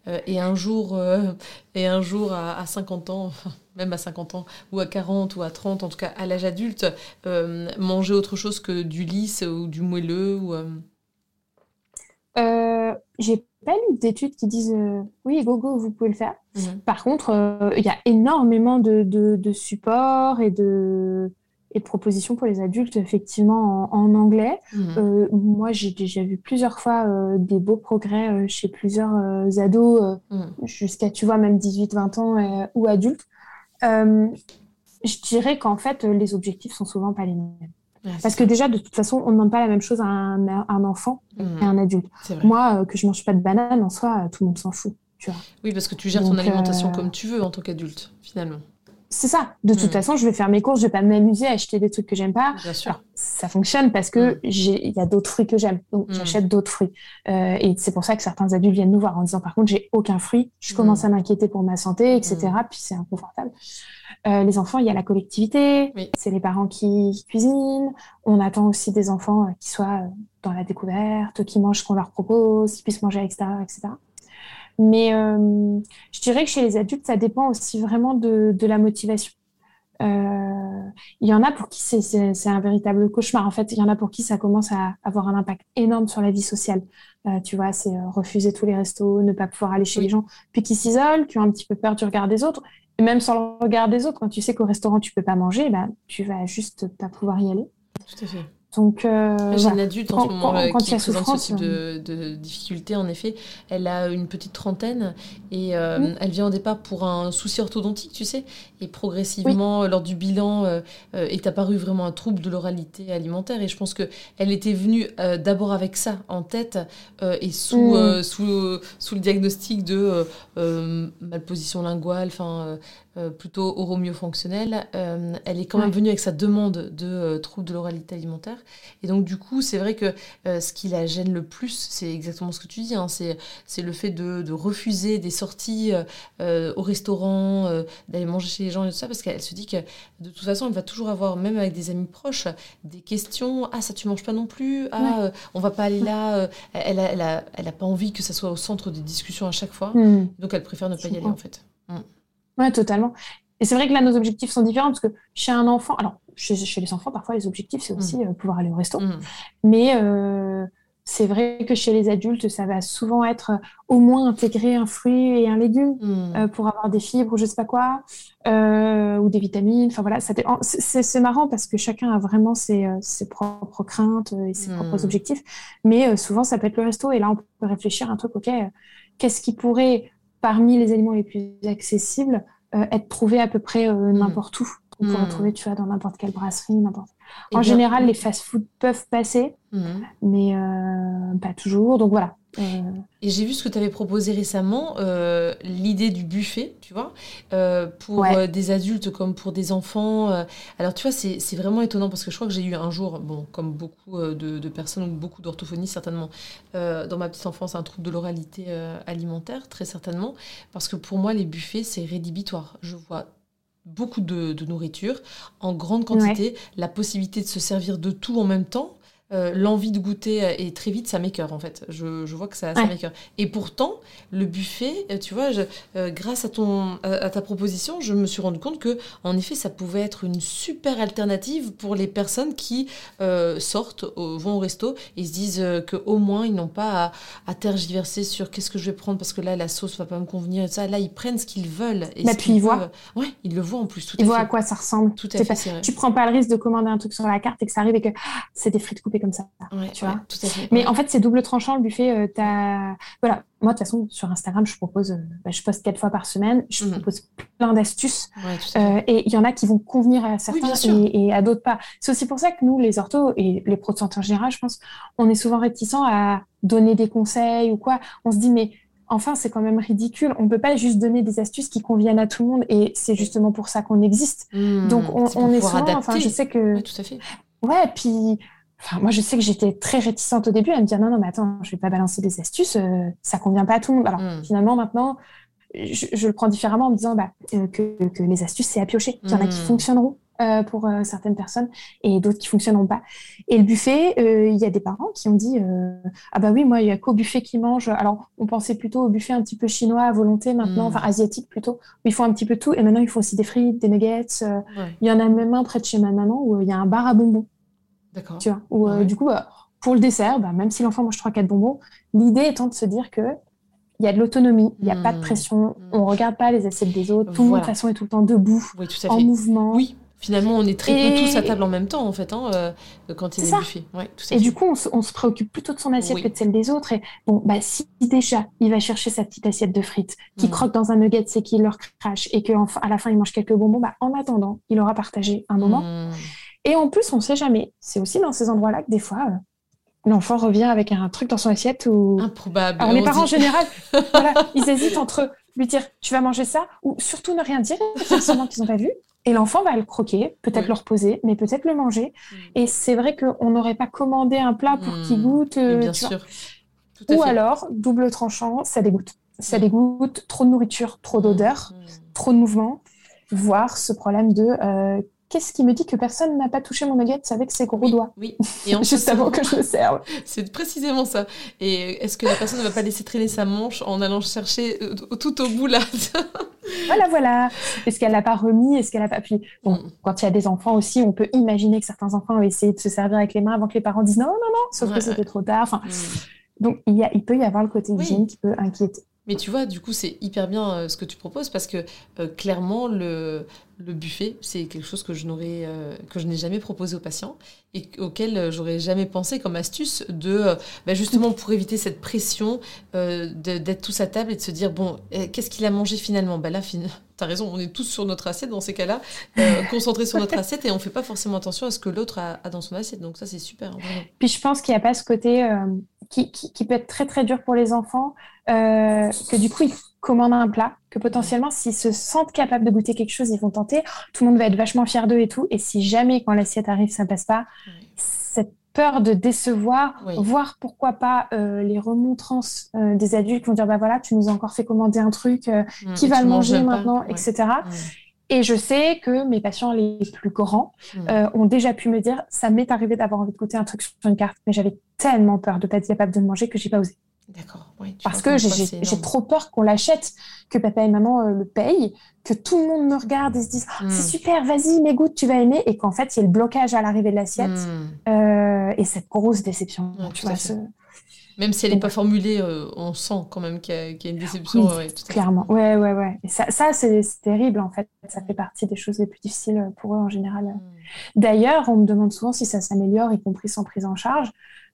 et un jour à 50 ans, enfin, même à 50 ans, ou à 40 ou à 30, en tout cas à l'âge adulte, manger autre chose que du lisse ou du moelleux J'ai pas lu d'études qui disent oui, go, go, vous pouvez le faire. Mhm. Par contre, il y a énormément de supports et de propositions pour les adultes, effectivement, en anglais. Mhm. Moi, j'ai déjà vu plusieurs fois des beaux progrès chez plusieurs ados, Mhm. jusqu'à, tu vois, même 18-20 ans ou adultes. Euh, je dirais qu'en fait, les objectifs sont souvent pas les mêmes. Ouais, c'est Parce que ça. déjà, de toute façon, on ne demande pas la même chose à un enfant et à Mhm. un adulte. C'est vrai. Moi, que je mange pas de banane, en soi, tout le monde s'en fout, tu vois. Oui, parce que tu gères ton Donc, alimentation comme tu veux en tant qu'adulte, finalement. c'est ça. De toute Mhm. façon, je vais faire mes courses, je vais pas m'amuser à acheter des trucs que j'aime pas. Bien sûr. Alors, ça fonctionne parce que Mhm. il y a d'autres fruits que j'aime. Donc, Mhm. j'achète d'autres fruits. Et c'est pour ça que certains adultes viennent nous voir en disant, par contre, j'ai aucun fruit, je commence Mhm. à m'inquiéter pour ma santé, Mhm. etc. Puis c'est inconfortable. Les enfants, il y a la collectivité, Oui. c'est les parents qui cuisinent. On attend aussi des enfants qui soient dans la découverte, qui mangent ce qu'on leur propose, qui puissent manger à l'extérieur, etc. Mais je dirais que chez les adultes, ça dépend aussi vraiment de la motivation. Il y en a pour qui c'est un véritable cauchemar. En fait, il y en a pour qui ça commence à avoir un impact énorme sur la vie sociale. Tu vois, c'est refuser tous les restos, ne pas pouvoir aller chez les Oui. gens, puis qui s'isolent, qui ont un petit peu peur du regard des autres. Et même sans le regard des autres, quand tu sais qu'au restaurant, tu peux pas manger, bah, tu vas juste pas pouvoir y aller. Tout à fait. Donc, J'ai une voilà. adulte en ce Quand, moment quand, quand il qui y a présente ce souffrance, type de difficulté, en effet. Elle a une petite trentaine et hmm, elle vient au départ pour un souci orthodontique, tu sais. Et oui, progressivement, lors du bilan, est apparu vraiment un trouble de l'oralité alimentaire. Et je pense que elle était venue d'abord avec ça en tête et hmm, sous le diagnostic de malposition linguale, enfin plutôt oromyofonctionnelle. Elle est quand même ouais, venue avec sa demande de trouble de l'oralité alimentaire. Et donc, du coup, c'est vrai que ce qui la gêne le plus, c'est exactement ce que tu dis, hein, c'est le fait de refuser des sorties au restaurant, d'aller manger chez les gens et tout ça, parce qu'elle se dit que de toute façon, elle va toujours avoir, même avec des amis proches, des questions. Ah, ça, tu manges pas non plus. ouais, Ah, on va pas aller ouais, là. Elle a pas envie que ça soit au centre des discussions à chaque fois. hmm, Donc, elle préfère ne je pas y aller, en comprends. fait. Mm. Ouais, totalement. Et c'est vrai que là, nos objectifs sont différents parce que chez un enfant, alors chez les enfants, parfois les objectifs, c'est Mm. aussi pouvoir aller au resto. Mm. Mais c'est vrai que chez les adultes, ça va souvent être au moins intégrer un fruit et un légume Mm. pour avoir des fibres ou je sais pas quoi, ou des vitamines. Enfin voilà, c'est marrant parce que chacun a vraiment ses propres craintes et ses propres Mm. objectifs. Mais souvent, ça peut être le resto. Et là, on peut réfléchir à un truc, ok, qu'est-ce qui pourrait, parmi les aliments les plus accessibles, être trouvé à peu près Mm. n'importe où. On pourrait trouver, Mm. tu vois, dans n'importe quelle brasserie, n'importe. Eh En bien, général, les oui. fast-foods peuvent passer, Mm. mais pas toujours. Donc voilà. Et j'ai vu ce que tu avais proposé récemment, l'idée du buffet, tu vois, pour Ouais. des adultes comme pour des enfants. Alors, tu vois, c'est vraiment étonnant parce que je crois que j'ai eu un jour, bon, comme beaucoup de personnes ou beaucoup d'orthophonie certainement, dans ma petite enfance, un trouble de l'oralité alimentaire, très certainement, parce que pour moi, les buffets, c'est rédhibitoire. Je vois beaucoup de nourriture en grande Ouais. quantité, la possibilité de se servir de tout en même temps. L'envie de goûter et très vite ça m'écœure en fait je vois que ça Ouais. m'écœure et pourtant le buffet tu vois grâce à ta proposition je me suis rendu compte que en effet ça pouvait être une super alternative pour les personnes qui sortent vont au resto et se disent que au moins ils n'ont pas à tergiverser sur qu'est-ce que je vais prendre parce que là la sauce va pas me convenir et ça là ils prennent ce qu'ils veulent et Bah, ce puis qu'ils ils peuvent voient. ouais ils le voient en plus tout Ils à voient à fait quoi ça ressemble. tout à fait c'est vrai Tu prends pas le risque de commander un truc sur la carte et que ça arrive et que c'est des frites coupées fait comme ça, tu vois. Tout à fait. Mais en fait, c'est double tranchant le buffet. Voilà, moi de toute façon sur Instagram, je propose, je poste 4 fois par semaine, je propose plein d'astuces, et il y en a qui vont convenir à certains et à d'autres pas. C'est aussi pour ça que nous, les orthos et les pros de santé en général, je pense, on est souvent réticents à donner des conseils ou quoi. On se dit mais enfin, c'est quand même ridicule. On ne peut pas juste donner des astuces qui conviennent à tout le monde. Et c'est justement pour ça qu'on existe. Donc, on est souvent... adapter. Enfin, je sais que... Oui, tout à fait. Ouais, puis... Enfin, moi, je sais que j'étais très réticente au début à me dire non, mais attends, je ne vais pas balancer des astuces. Ça ne convient pas à tout le monde. Alors, finalement, maintenant, je le prends différemment en me disant que les astuces, c'est à piocher. Il y en a qui fonctionneront pour certaines personnes et d'autres qui fonctionneront pas. Et le buffet, il y a des parents qui ont dit ah bah oui, moi, il y a qu'au buffet qui mange. Alors, on pensait plutôt au buffet un petit peu chinois à volonté maintenant, enfin asiatique plutôt, où ils font un petit peu tout. Et maintenant, ils font aussi des frites, des nuggets. Il y en a même un près de chez ma maman où il y a un bar à bonbons. D'accord. Tu vois, où du coup, pour le dessert, même si l'enfant mange 3-4 bonbons, l'idée étant de se dire que il y a de l'autonomie, il n'y a pas de pression, on ne regarde pas les assiettes des autres, tout le monde de toute façon est tout le temps debout, en mouvement. Oui, finalement on est très peu tous à table en même temps en fait, quand il y a des buffets. Ouais, tout à fait. Du coup on se préoccupe plutôt de son assiette que de celle des autres. Et bon, si déjà il va chercher sa petite assiette de frites, qui croque dans un nugget, c'est qu'il leur crache, et qu'à la fin il mange quelques bonbons, en attendant, il aura partagé un moment. Et en plus, on ne sait jamais. C'est aussi dans ces endroits-là que des fois... l'enfant revient avec un truc dans son assiette ou... Improbable. Alors, les parents, en général, ils hésitent entre lui dire « tu vas manger ça » ou surtout ne rien dire, faire semblant qu'ils n'ont pas vu. Et l'enfant va le croquer, peut-être le reposer, mais peut-être le manger. Et c'est vrai qu'on n'aurait pas commandé un plat pour qu'il goûte. Bien sûr. Ou alors, double tranchant, ça dégoûte. Ça dégoûte, trop de nourriture, trop d'odeur, trop de mouvement, voire ce problème de... qu'est-ce qui me dit que personne n'a pas touché mon nugget avec ses gros doigts ? Oui. Et juste avant que je le serve. C'est précisément ça. Et est-ce que la personne ne va pas laisser traîner sa manche en allant chercher tout au bout là ? Voilà. Est-ce qu'elle l'a pas remis ? Est-ce qu'elle a pas... Puis, quand il y a des enfants aussi, on peut imaginer que certains enfants ont essayé de se servir avec les mains avant que les parents disent non, sauf que c'était trop tard. Enfin, donc, il peut y avoir le côté hygiène qui peut inquiéter. Mais tu vois, du coup, c'est hyper bien ce que tu proposes parce que clairement, le buffet, c'est quelque chose que je n'ai jamais proposé aux patients et auquel j'aurais jamais pensé comme astuce justement pour éviter cette pression d'être tous à table et de se dire bon, qu'est-ce qu'il a mangé finalement ? Là, t'as raison, on est tous sur notre assiette dans ces cas-là, concentrés sur notre assiette et on fait pas forcément attention à ce que l'autre a dans son assiette. Donc ça, c'est super. Vraiment. Puis je pense qu'il n'y a pas ce côté qui peut être très très dur pour les enfants, que du coup ils commandent un plat, que potentiellement s'ils se sentent capables de goûter quelque chose, ils vont tenter, tout le monde va être vachement fier d'eux et tout, et si jamais quand l'assiette arrive ça passe pas, cette peur de décevoir, voire pourquoi pas les remontrances des adultes qui vont dire voilà, tu nous as encore fait commander un truc, qui va le manger maintenant, etc. Et je sais que mes patients les plus grands ont déjà pu me dire, ça m'est arrivé d'avoir envie de goûter un truc sur une carte, mais j'avais tellement peur de ne pas être capable de le manger que j'ai pas osé. D'accord. Parce que j'ai trop peur qu'on l'achète, que papa et maman le payent, que tout le monde me regarde et se dise c'est super, vas-y, mais goûte, tu vas aimer, et qu'en fait il y ait le blocage à l'arrivée de l'assiette et cette grosse déception. Tu vois, même si elle n'est pas formulée, on sent quand même qu'il y a une déception. Oui, clairement. Ouais. Et ça c'est terrible, en fait. Ça fait partie des choses les plus difficiles pour eux, en général. D'ailleurs, on me demande souvent si ça s'améliore, y compris sans prise en charge.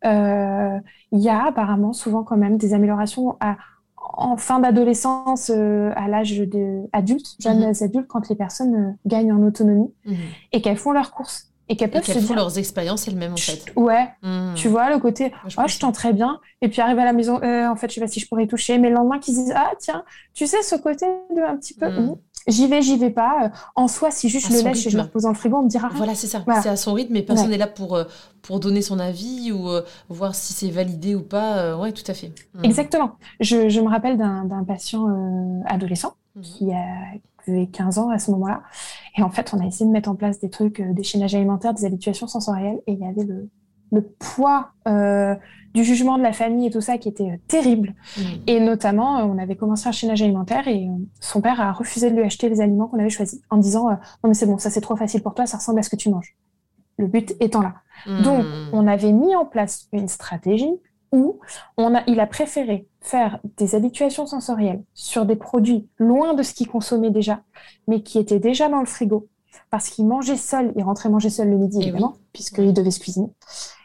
Il y a apparemment souvent quand même des améliorations en fin d'adolescence, à l'âge adulte, jeunes adultes, quand les personnes gagnent en autonomie et qu'elles font leurs courses. Et qu'elles peuvent se font dire leurs expériences elles-mêmes en fait. Ouais, tu vois le côté je tente très bien et puis arrive à la maison en fait je sais pas si je pourrais y toucher, mais le lendemain qu'ils disent tiens, tu sais ce côté de un petit peu j'y vais pas, en soi si juste je le lèche et je le repose dans le frigo on me dira voilà c'est ça, c'est à son rythme mais personne n'est là pour donner son avis ou voir si c'est validé ou pas. Ouais, tout à fait. Exactement. Je me rappelle d'un patient adolescent qui avait 15 ans à ce moment-là. Et en fait, on a essayé de mettre en place des trucs, des chaînages alimentaires, des habituations sensorielles. Et il y avait le poids du jugement de la famille et tout ça qui était terrible. Et notamment, on avait commencé un chaînage alimentaire et son père a refusé de lui acheter les aliments qu'on avait choisis en disant non mais c'est bon, ça c'est trop facile pour toi, ça ressemble à ce que tu manges. Le but étant là. Donc, on avait mis en place une stratégie où il a préféré faire des habituations sensorielles sur des produits loin de ce qu'il consommait déjà, mais qui étaient déjà dans le frigo, parce qu'il mangeait seul, il rentrait manger seul le midi, évidemment, puisqu'il devait se cuisiner.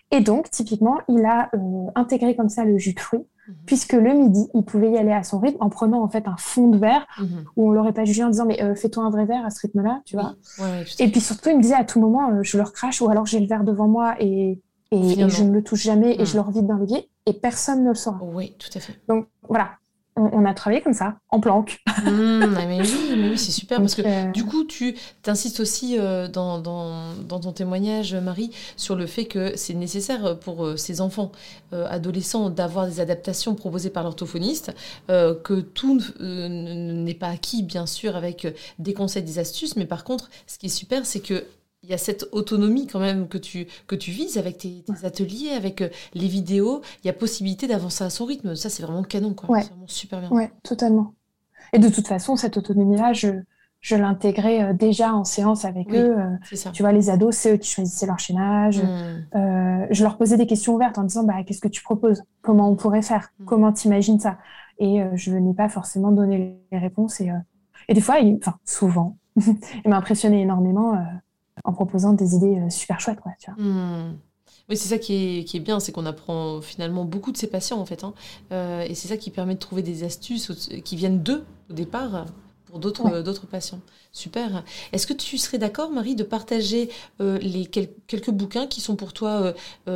Et donc, typiquement, il a intégré comme ça le jus de fruits, puisque le midi, il pouvait y aller à son rythme en prenant en fait un fond de verre où on l'aurait pas jugé en disant mais fais-toi un vrai verre à ce rythme-là, tu vois. Ouais, Et puis surtout, il me disait à tout moment, je le recrache ou alors j'ai le verre devant moi et je ne le touche jamais et je le revide dans l'évier et personne ne le saura. Oui, tout à fait. Donc voilà, on a travaillé comme ça, en planque. Mais oui, c'est super. Donc, parce que du coup, tu t'insistes aussi dans ton témoignage, Marie, sur le fait que c'est nécessaire pour ces enfants adolescents d'avoir des adaptations proposées par l'orthophoniste, que tout n'est pas acquis, bien sûr, avec des conseils, des astuces. Mais par contre, ce qui est super, c'est que il y a cette autonomie quand même que tu vises avec tes ateliers, avec les vidéos. Il y a possibilité d'avancer à son rythme. Ça, c'est vraiment canon, quoi. Ouais. C'est vraiment super bien. Ouais, totalement. Et de toute façon, cette autonomie-là, je l'intégrais déjà en séance avec eux. C'est ça. Tu vois, les ados, c'est eux qui choisissaient leur chaînage. Je leur posais des questions ouvertes en disant qu'est-ce que tu proposes? Comment on pourrait faire? Comment t'imagines ça? Et je venais pas forcément donner les réponses. Et des fois, souvent, il m'a impressionné énormément en proposant des idées super chouettes, quoi, tu vois. Oui, c'est ça qui est bien, c'est qu'on apprend finalement beaucoup de ses patients, en fait. Et c'est ça qui permet de trouver des astuces qui viennent d'eux, au départ, pour d'autres patients. Super. Est-ce que tu serais d'accord, Marie, de partager quelques bouquins qui sont pour toi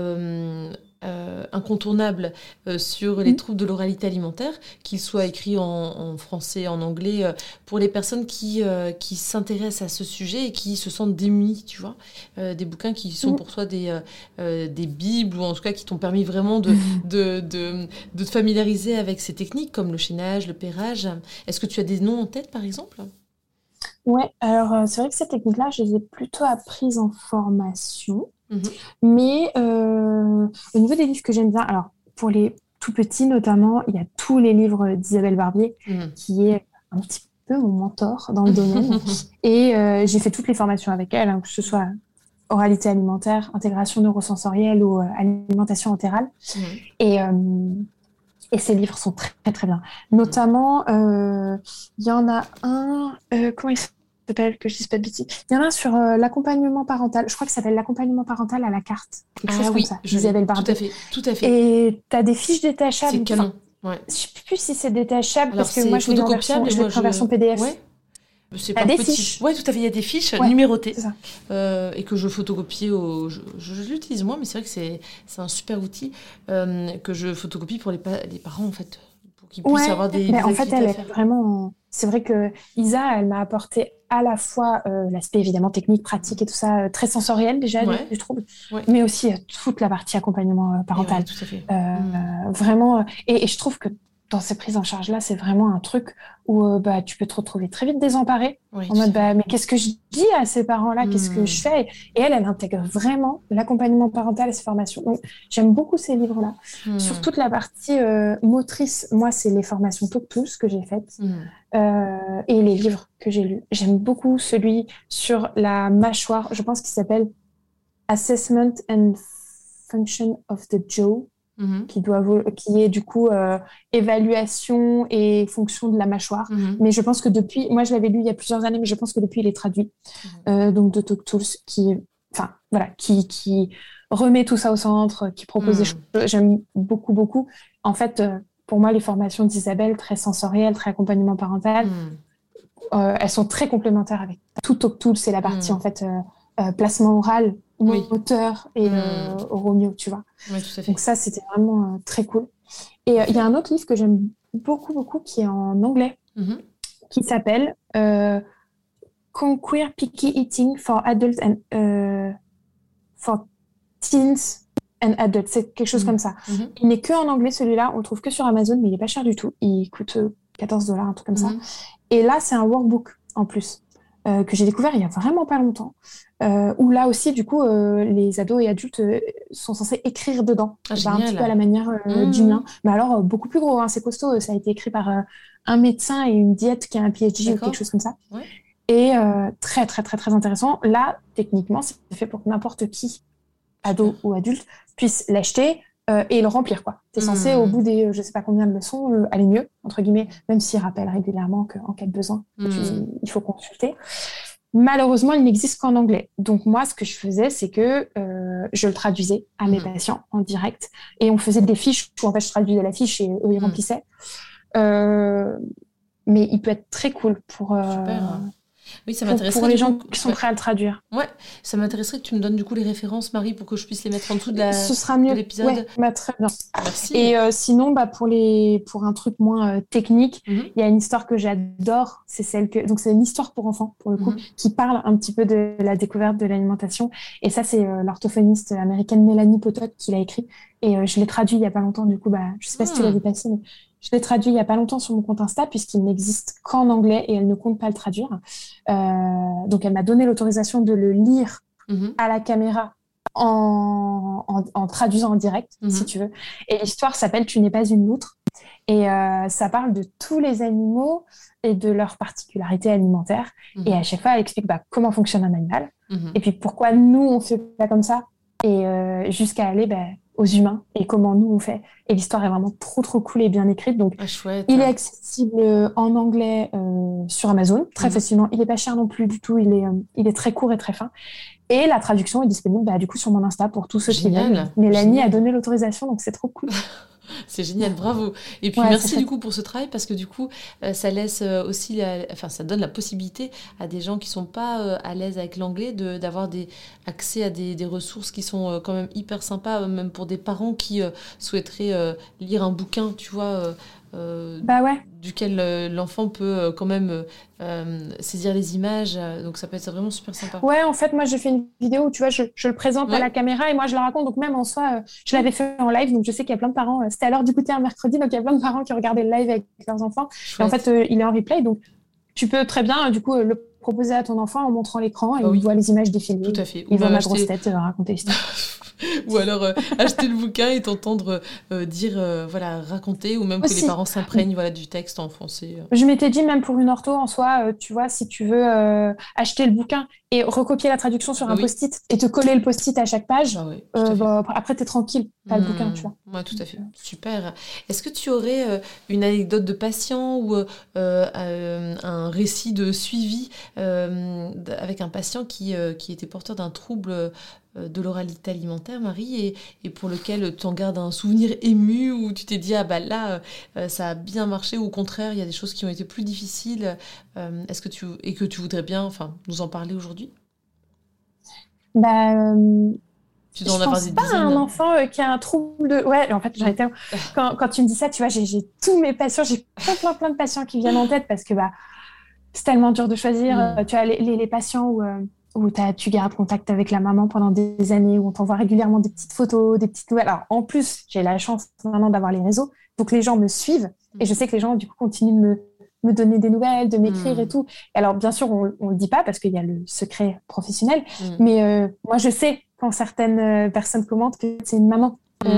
incontournables sur les troubles de l'oralité alimentaire, qu'ils soient écrits en français, en anglais, pour les personnes qui s'intéressent à ce sujet et qui se sentent démunies, tu vois, des bouquins qui sont pour toi des bibles, ou en tout cas qui t'ont permis vraiment de te familiariser avec ces techniques comme le chaînage, le pairage. Est-ce que tu as des noms en tête, par exemple? Ouais, alors c'est vrai que ces techniques-là, je les ai plutôt apprises en formation. Mais au niveau des livres que j'aime bien, alors pour les tout petits notamment, il y a tous les livres d'Isabelle Barbier, qui est un petit peu mon mentor dans le domaine. Et j'ai fait toutes les formations avec elle, que ce soit oralité alimentaire, intégration neurosensorielle ou alimentation entérale. Et ces livres sont très, très, très bien. Notamment, il y en a un, comment il s'appelle, que je dise pas de bêtises. Il y en a un sur l'accompagnement parental. Je crois que ça s'appelle l'accompagnement parental à la carte. Quelque chose comme ça. Isabelle Barbier. Tout à fait. Et tu as des fiches détachables. C'est canon. Ouais. Je ne sais plus si c'est détachable, alors, parce que moi, je l'ai en version PDF. Ouais. C'est pas des fiches. Oui, tout à fait. Il y a des fiches numérotées c'est ça. Et que je photocopie. Je l'utilise moi, mais c'est vrai que c'est un super outil que je photocopie pour les parents, en fait, pour qu'ils puissent avoir des en fait, elle à faire. est vraiment... C'est vrai que Isa, elle m'a apporté à la fois l'aspect évidemment technique, pratique et tout ça, très sensoriel déjà du trouble, mais aussi toute la partie accompagnement parental. Tout à fait. Vraiment, et je trouve que dans ces prises en charge-là, c'est vraiment un truc où tu peux te retrouver très vite désemparé, en mode mais qu'est-ce que je dis à ces parents-là, qu'est-ce que je fais? Et elle intègre vraiment l'accompagnement parental à ses formations. Donc, j'aime beaucoup ces livres-là. Sur toute la partie motrice, moi, c'est les formations TalkTools que j'ai faites et les livres que j'ai lus. J'aime beaucoup celui sur la mâchoire, je pense qu'il s'appelle Assessment and Function of the Jaw. Qui est du coup évaluation et fonction de la mâchoire. Mais je pense que depuis, moi je l'avais lu il y a plusieurs années, mais je pense que depuis il est traduit. Donc de TalkTools qui remet tout ça au centre, qui propose des choses. J'aime beaucoup, beaucoup. En fait, pour moi, les formations d'Isabelle, très sensorielles, très accompagnement parental, elles sont très complémentaires avec tout TalkTools. C'est la partie en fait placement oral, moteur et oromio, tu vois. Oui, tout à fait. Donc ça, c'était vraiment très cool. Et il y a un autre livre que j'aime beaucoup, beaucoup, qui est en anglais, qui s'appelle Conquer Picky Eating for Adults and for Teens and Adults. C'est quelque chose comme ça. Il n'est que en anglais, celui-là. On le trouve que sur Amazon, mais il n'est pas cher du tout. Il coûte $14, un truc comme ça. Et là, c'est un workbook en plus. Que j'ai découvert il y a vraiment pas longtemps, où là aussi, du coup, les ados et adultes sont censés écrire dedans. Un petit peu à la manière du mien. Mais alors, beaucoup plus gros, hein, c'est costaud. Ça a été écrit par un médecin et une diète qui a un PhD ou quelque chose comme ça. Et très, très, très, très intéressant. Là, techniquement, c'est fait pour que n'importe qui, ado ou adulte, puisse l'acheter et le remplir, quoi. T'es censé, au bout des je sais pas combien de leçons, aller mieux, entre guillemets, même s'il rappelle régulièrement qu'en cas de besoin, il faut consulter. Malheureusement, il n'existe qu'en anglais. Donc moi, ce que je faisais, c'est que je le traduisais à mes patients en direct. Et on faisait des fiches où en fait je traduisais la fiche et eux ils remplissaient. Mais il peut être très cool Super. Oui, ça m'intéresserait pour les du gens coup. qui sont prêts à le traduire. Ouais, ça m'intéresserait que tu me donnes du coup les références, Marie, pour que je puisse les mettre en dessous Ce sera de mieux. l'épisode. Ouais, bah, très bien. Merci. Et sinon, bah, pour un truc moins technique, il y a une histoire que j'adore. C'est celle que donc c'est une histoire pour enfants pour le coup qui parle un petit peu de la découverte de l'alimentation. Et ça, c'est l'orthophoniste américaine Mélanie Potot qui l'a écrit. Et je l'ai traduit il y a pas longtemps. Du coup, bah, je sais pas si tu l'as vu passer, mais je l'ai traduit il y a pas longtemps sur mon compte Insta puisqu'il n'existe qu'en anglais et elle ne compte pas le traduire. Donc, elle m'a donné l'autorisation de le lire à la caméra en traduisant en direct, si tu veux. Et l'histoire s'appelle Tu n'es pas une loutre. Et ça parle de tous les animaux et de leurs particularités alimentaires. Et à chaque fois, elle explique comment fonctionne un animal. Et puis pourquoi nous, on fait pas comme ça. Et jusqu'à aller aux humains et comment nous, on fait. Et l'histoire est vraiment trop, trop cool et bien écrite. Donc, chouette. Il est accessible en anglais sur Amazon, très facilement. Il n'est pas cher non plus du tout. Il est très court et très fin. Et la traduction est disponible du coup sur mon Insta pour tous ceux qui veulent. Mélanie a donné l'autorisation, donc c'est trop cool. C'est génial, bravo. Et puis merci du coup pour ce travail parce que du coup ça laisse aussi, ça donne la possibilité à des gens qui sont pas à l'aise avec l'anglais d'avoir accès à des ressources qui sont quand même hyper sympas, même pour des parents qui souhaiteraient lire un bouquin, tu vois. Duquel l'enfant peut quand même saisir les images, donc ça peut être vraiment super sympa. Ouais, en fait, moi j'ai fait une vidéo où tu vois, je le présente à la caméra et moi je le raconte, donc même en soi, je l'avais fait en live, donc je sais qu'il y a plein de parents, c'était à l'heure du goûter un mercredi, donc il y a plein de parents qui regardaient le live avec leurs enfants. Chouette. Et en fait, il est en replay, donc tu peux très bien du coup le proposer à ton enfant en montrant l'écran et il voit les images défiler. Tout à fait. Il voit ma grosse tête raconter l'histoire. Ou alors acheter le bouquin et t'entendre raconter, ou même que les parents s'imprègnent du texte en français. Je m'étais dit, même pour une ortho en soi, tu vois, si tu veux acheter le bouquin et recopier la traduction sur un post-it et te coller le post-it à chaque page, après t'es tranquille, t'as le bouquin, tu vois. Ouais, tout à fait. Super. Est-ce que tu aurais une anecdote de patient ou un récit de suivi avec un patient qui était porteur d'un trouble de l'oralité alimentaire, Marie, et pour lequel tu en gardes un souvenir ému où tu t'es dit ça a bien marché, ou au contraire il y a des choses qui ont été plus difficiles, est-ce que tu voudrais bien nous en parler aujourd'hui? Tu dois en avoir des dizaines. Je pense pas à un enfant qui a un trouble de... Ouais, en fait, quand tu me dis ça, tu vois, j'ai tous mes patients, j'ai plein de patients qui viennent en tête parce que c'est tellement dur de choisir. Tu as les patients où tu gardes contact avec la maman pendant des années, où on t'envoie régulièrement des petites photos, des petites nouvelles. Alors, en plus, j'ai la chance maintenant d'avoir les réseaux, donc les gens me suivent, et je sais que les gens, du coup, continuent de me donner des nouvelles, de m'écrire et tout. Alors, bien sûr, on le dit pas parce qu'il y a le secret professionnel, mais moi, je sais quand certaines personnes commentent que c'est une maman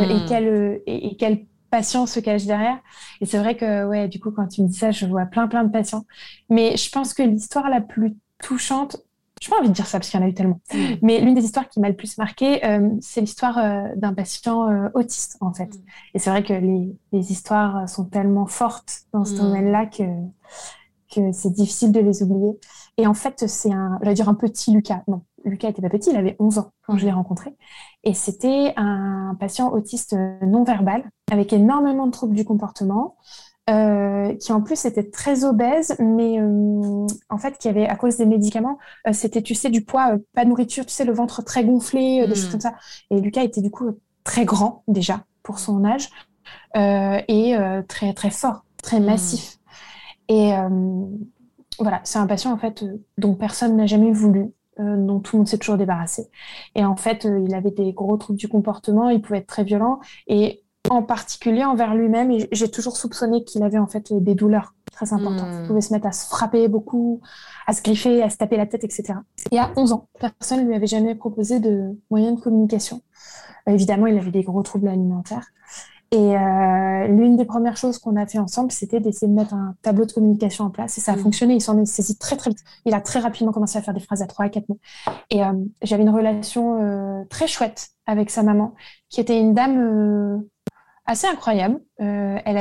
et quelle patient se cache derrière. Et c'est vrai que, ouais, du coup, quand tu me dis ça, je vois plein de patients. Mais je pense que l'histoire la plus touchante, je n'ai pas envie de dire ça parce qu'il y en a eu tellement, mais l'une des histoires qui m'a le plus marquée, c'est l'histoire d'un patient autiste, en fait. Et c'est vrai que les histoires sont tellement fortes dans ce domaine-là que c'est difficile de les oublier. Et en fait, j'allais dire un petit Lucas. Non, Lucas était pas petit, il avait 11 ans quand je l'ai rencontré. Et c'était un patient autiste non-verbal avec énormément de troubles du comportement, qui en plus était très obèse, mais en fait qui avait, à cause des médicaments, c'était, tu sais, du poids, pas de nourriture, tu sais, le ventre très gonflé, des choses comme ça. Et Lucas était du coup très grand déjà pour son âge, et très très fort, très massif. Et voilà, c'est un patient en fait dont personne n'a jamais voulu, dont tout le monde s'est toujours débarrassé. Et en fait, il avait des gros troubles du comportement, il pouvait être très violent, et en particulier envers lui-même. Et j'ai toujours soupçonné qu'il avait en fait des douleurs très importantes. Il pouvait se mettre à se frapper beaucoup, à se griffer, à se taper la tête, etc. Et à 11 ans, personne ne lui avait jamais proposé de moyen de communication. Évidemment, il avait des gros troubles alimentaires. Et l'une des premières choses qu'on a fait ensemble, c'était d'essayer de mettre un tableau de communication en place. Et ça a fonctionné. Il s'en est saisi très, très vite. Il a très rapidement commencé à faire des phrases à 3 et 4 mots. Et j'avais une relation très chouette avec sa maman, qui était une dame assez incroyable. Elle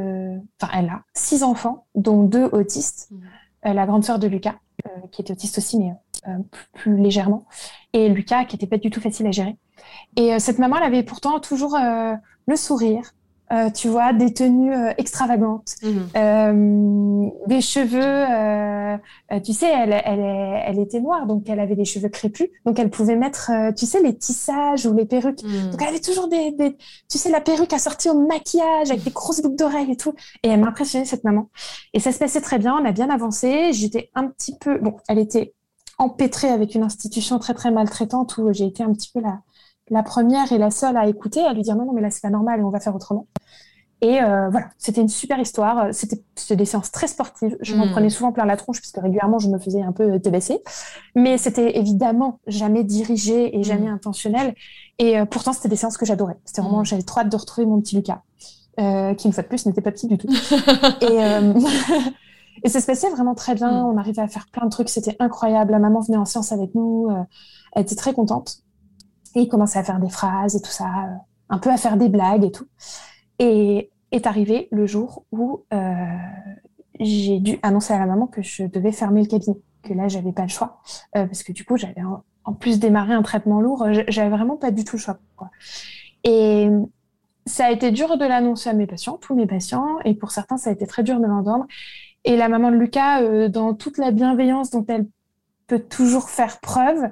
a 6 enfants, dont 2 autistes. La grande sœur de Lucas, qui était autiste aussi, mais plus légèrement, et Lucas qui était pas du tout facile à gérer. Et cette maman, elle avait pourtant toujours le sourire, tu vois, des tenues extravagantes, des cheveux, tu sais, elle était noire, donc elle avait des cheveux crépus, donc elle pouvait mettre, tu sais, les tissages ou les perruques. Donc elle avait toujours tu sais, la perruque assortie au maquillage, avec des grosses boucles d'oreilles et tout. Et elle m'impressionnait, cette maman. Et ça se passait très bien, on a bien avancé. J'étais un petit peu... Bon, elle était empêtrée avec une institution très, très maltraitante où j'ai été un petit peu la première et la seule à écouter, à lui dire non, mais là, c'est pas normal et on va faire autrement. Et voilà, c'était une super histoire. C'était des séances très sportives. Je m'en prenais souvent plein la tronche puisque régulièrement, je me faisais un peu tabasser. Mais c'était évidemment jamais dirigé et jamais intentionnel. Et pourtant, c'était des séances que j'adorais. C'était vraiment, j'avais trop hâte de retrouver mon petit Lucas, qui, une fois de plus, n'était pas petit du tout. Et ça se passait vraiment très bien. On arrivait à faire plein de trucs. C'était incroyable. La maman venait en séance avec nous. Elle était très contente. Et il commençait à faire des phrases et tout ça, un peu à faire des blagues et tout. Et est arrivé le jour où j'ai dû annoncer à la maman que je devais fermer le cabinet, que là, j'avais pas le choix, parce que du coup, j'avais en plus démarré un traitement lourd, j'avais vraiment pas du tout le choix, quoi. Et ça a été dur de l'annoncer à mes patients, tous mes patients, et pour certains, ça a été très dur de l'entendre. Et la maman de Lucas, dans toute la bienveillance dont elle peut toujours faire preuve,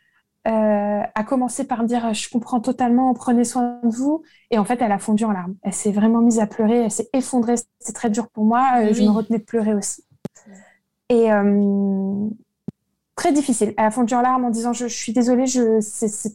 a commencé par me dire je comprends totalement, prenez soin de vous, et en fait elle a fondu en larmes, elle s'est vraiment mise à pleurer, elle s'est effondrée, c'était très dur pour moi, je me retenais de pleurer aussi, et très difficile, elle a fondu en larmes en disant je suis désolée, c'est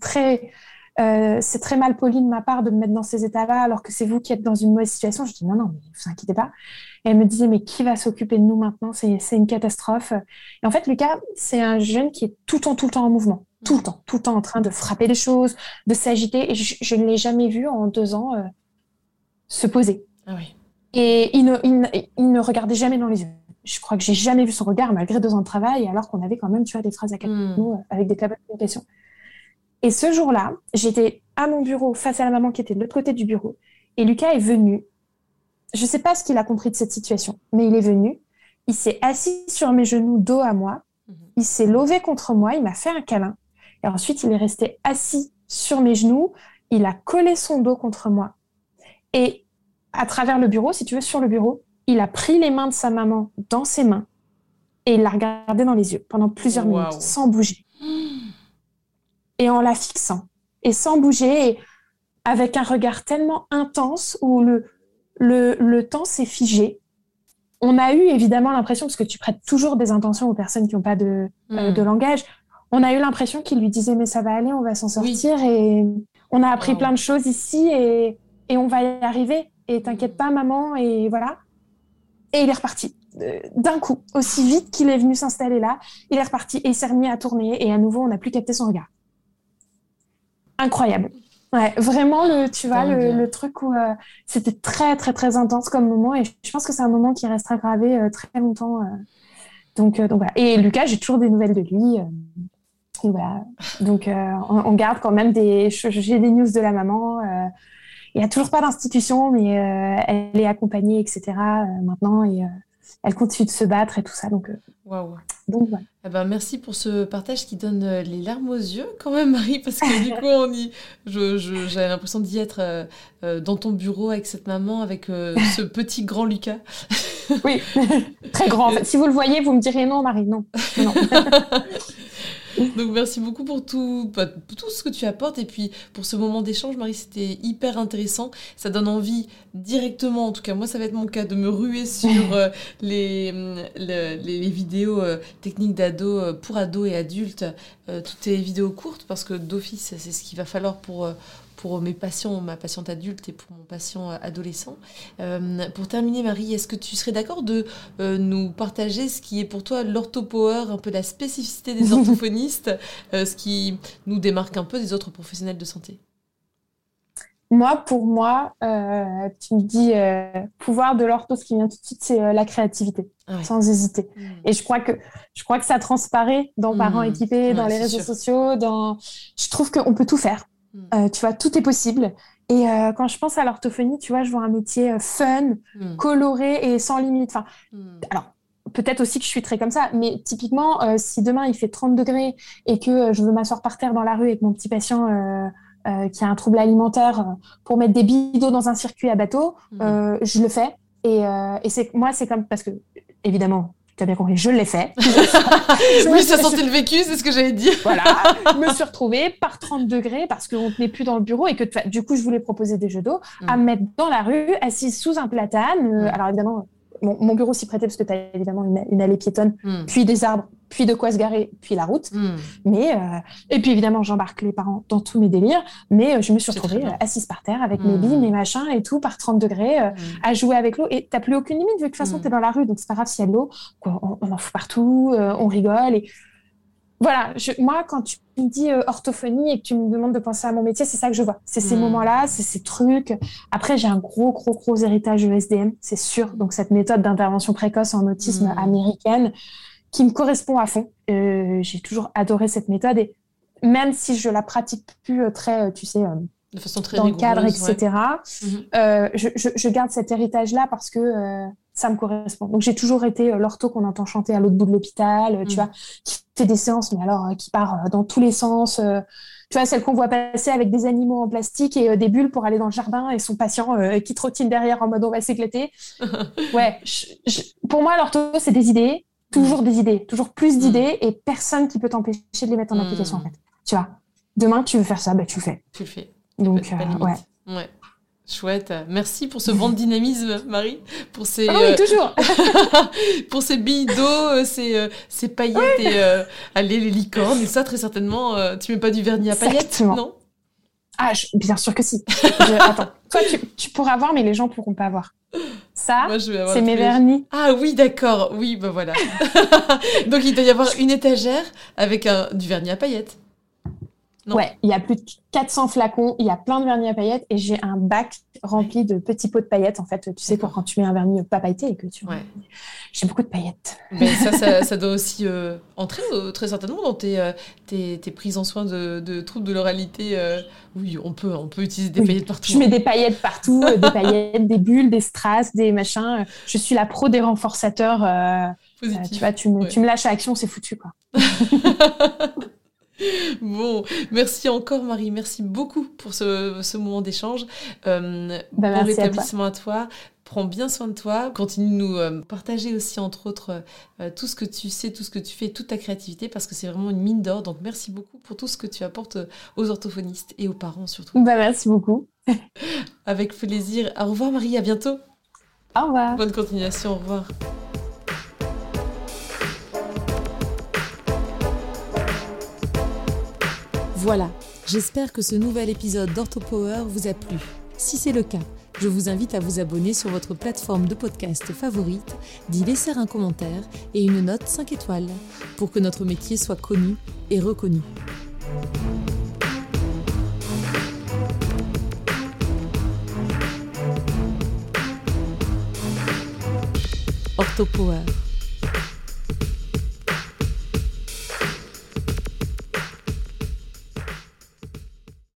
très mal poli de ma part de me mettre dans ces états-là alors que c'est vous qui êtes dans une mauvaise situation. Je dis non, mais vous inquiétez pas. Et elle me disait mais qui va s'occuper de nous maintenant, c'est une catastrophe. Et en fait Lucas, c'est un jeune qui est tout le temps en mouvement, tout le temps en train de frapper les choses, de s'agiter, et je ne l'ai jamais vu en 2 ans se poser. Ah oui. Et il ne regardait jamais dans les yeux. Je crois que j'ai jamais vu son regard malgré 2 ans de travail, alors qu'on avait quand même, tu vois, des phrases à 4 mots avec des tables de communication. Et ce jour-là, j'étais à mon bureau face à la maman qui était de l'autre côté du bureau. Et Lucas est venu. Je ne sais pas ce qu'il a compris de cette situation, mais il est venu. Il s'est assis sur mes genoux, dos à moi. Il s'est levé contre moi. Il m'a fait un câlin. Et ensuite, il est resté assis sur mes genoux. Il a collé son dos contre moi. Et à travers le bureau, si tu veux, sur le bureau, il a pris les mains de sa maman dans ses mains et il l'a regardée dans les yeux pendant plusieurs minutes, sans bouger. Et en la fixant, et sans bouger, et avec un regard tellement intense où le temps s'est figé. On a eu évidemment l'impression, parce que tu prêtes toujours des intentions aux personnes qui n'ont pas de langage, on a eu l'impression qu'il lui disait « mais ça va aller, on va s'en sortir, et on a appris plein de choses ici, et on va y arriver, et t'inquiète pas maman », et voilà. Et il est reparti. D'un coup, aussi vite qu'il est venu s'installer là, il est reparti, et il s'est remis à tourner, et à nouveau, on n'a plus capté son regard. Incroyable. Ouais, vraiment, tu vois, le truc où c'était très, très, très intense comme moment, et je pense que c'est un moment qui restera gravé très longtemps. Donc voilà. Et Lucas, j'ai toujours des nouvelles de lui. Et voilà. Donc, on garde quand même j'ai des news de la maman. Il n'y a toujours pas d'institution, mais elle est accompagnée, etc. Maintenant, et elle continue de se battre et tout ça. Donc voilà. Eh ben, merci pour ce partage qui donne les larmes aux yeux quand même, Marie, parce que du coup, j'avais l'impression d'y être dans ton bureau avec cette maman, avec ce petit grand Lucas. Oui, très grand. En fait. Si vous le voyez, vous me direz non, Marie, non. Donc merci beaucoup pour tout ce que tu apportes, et puis pour ce moment d'échange, Marie, c'était hyper intéressant. Ça donne envie directement, en tout cas moi ça va être mon cas, de me ruer sur les vidéos techniques d'ados, pour ados et adultes, toutes les vidéos courtes, parce que d'office c'est ce qu'il va falloir pour mes patients, ma patiente adulte et pour mon patient adolescent. Pour terminer, Marie, est-ce que tu serais d'accord de nous partager ce qui est pour toi l'orthopower, un peu la spécificité des orthophonistes, ce qui nous démarque un peu des autres professionnels de santé? Pour moi, tu me dis pouvoir de l'ortho, ce qui vient tout de suite, c'est la créativité, sans hésiter. Et je crois que ça transparaît dans Parents équipés, dans les réseaux sociaux. Je trouve qu'on peut tout faire. Tu vois, tout est possible. Et quand je pense à l'orthophonie, tu vois, je vois un métier fun, coloré et sans limite. Alors, peut-être aussi que je suis très comme ça, mais typiquement, si demain il fait 30 degrés et que je veux m'asseoir par terre dans la rue avec mon petit patient qui a un trouble alimentaire pour mettre des billes d'eau dans un circuit à bateau, je le fais. Et c'est comme, parce que, évidemment, tu as bien compris, je l'ai fait. Oui, ça sentait le vécu, c'est ce que j'allais dire. Voilà, je me suis retrouvée par 30 degrés parce qu'on ne tenait plus dans le bureau et que du coup, je voulais proposer des jeux d'eau à me mettre dans la rue, assise sous un platane. Alors évidemment, mon bureau s'y prêtait parce que tu as évidemment une allée piétonne, puis des arbres, puis de quoi se garer, puis la route. Et puis évidemment, j'embarque les parents dans tous mes délires, mais je me suis retrouvée assise par terre avec mes billes, mes machins et tout, par 30 degrés, à jouer avec l'eau. Et t'as plus aucune limite, vu que de toute façon, t'es dans la rue, donc c'est pas grave s'il y a de l'eau. On en fout partout, on rigole. Et voilà, moi, quand tu me dis orthophonie et que tu me demandes de penser à mon métier, c'est ça que je vois. C'est ces moments-là, c'est ces trucs. Après, j'ai un gros héritage ESDM, c'est sûr. Donc, cette méthode d'intervention précoce en autisme américaine qui me correspond à fond. J'ai toujours adoré cette méthode. Et même si je la pratique plus très, tu sais, de façon très dans le cadre, rigoureuse, etc., je garde cet héritage-là parce que ça me correspond. Donc, j'ai toujours été l'ortho qu'on entend chanter à l'autre bout de l'hôpital, tu vois, qui fait des séances, mais alors qui part dans tous les sens. Tu vois, celle qu'on voit passer avec des animaux en plastique et des bulles pour aller dans le jardin et son patient qui trottine derrière en mode on va s'éclater. Ouais, pour moi, l'ortho, c'est des idées, toujours des idées, toujours plus d'idées et personne qui peut t'empêcher de les mettre en application, en fait. Tu vois, demain, tu veux faire ça, bah, tu le fais. Tu le fais. Donc, ouais. Chouette. Merci pour ce vent de dynamisme, Marie. Pour ces, oui, toujours. pour ces billes d'eau, ces paillettes et allez, les licornes. Et ça, très certainement, tu mets pas du vernis à paillettes, non? Ah, bien sûr que si. Attends, toi, tu pourras voir, mais les gens pourront pas voir. Ça, c'est mes vernis. Ah oui, d'accord. Oui, bah voilà. Donc, il doit y avoir une étagère avec du vernis à paillettes. Non. Ouais, il y a plus de 400 flacons, il y a plein de vernis à paillettes et j'ai un bac rempli de petits pots de paillettes, en fait, tu sais, pour quand tu mets un vernis pas pailleté et que tu... Ouais. J'ai beaucoup de paillettes. Mais ça doit aussi entrer très certainement dans tes prises en soin de troubles de l'oralité. Oui, on peut utiliser des paillettes partout. Je mets des paillettes partout, des paillettes, des bulles, des strass, des machins. Je suis la pro des renforçateurs. Tu vois, tu me lâches à action, c'est foutu, quoi. Bon, merci encore Marie, merci beaucoup pour ce moment d'échange. Bon rétablissement à toi. Prends bien soin de toi. Continue de nous partager aussi, entre autres, tout ce que tu sais, tout ce que tu fais, toute ta créativité, parce que c'est vraiment une mine d'or. Donc, merci beaucoup pour tout ce que tu apportes aux orthophonistes et aux parents surtout. Merci beaucoup. Avec plaisir. Au revoir Marie, à bientôt. Au revoir. Bonne continuation, au revoir. Voilà, j'espère que ce nouvel épisode d'OrthoPower vous a plu. Si c'est le cas, je vous invite à vous abonner sur votre plateforme de podcast favorite, d'y laisser un commentaire et une note 5 étoiles pour que notre métier soit connu et reconnu. OrthoPower.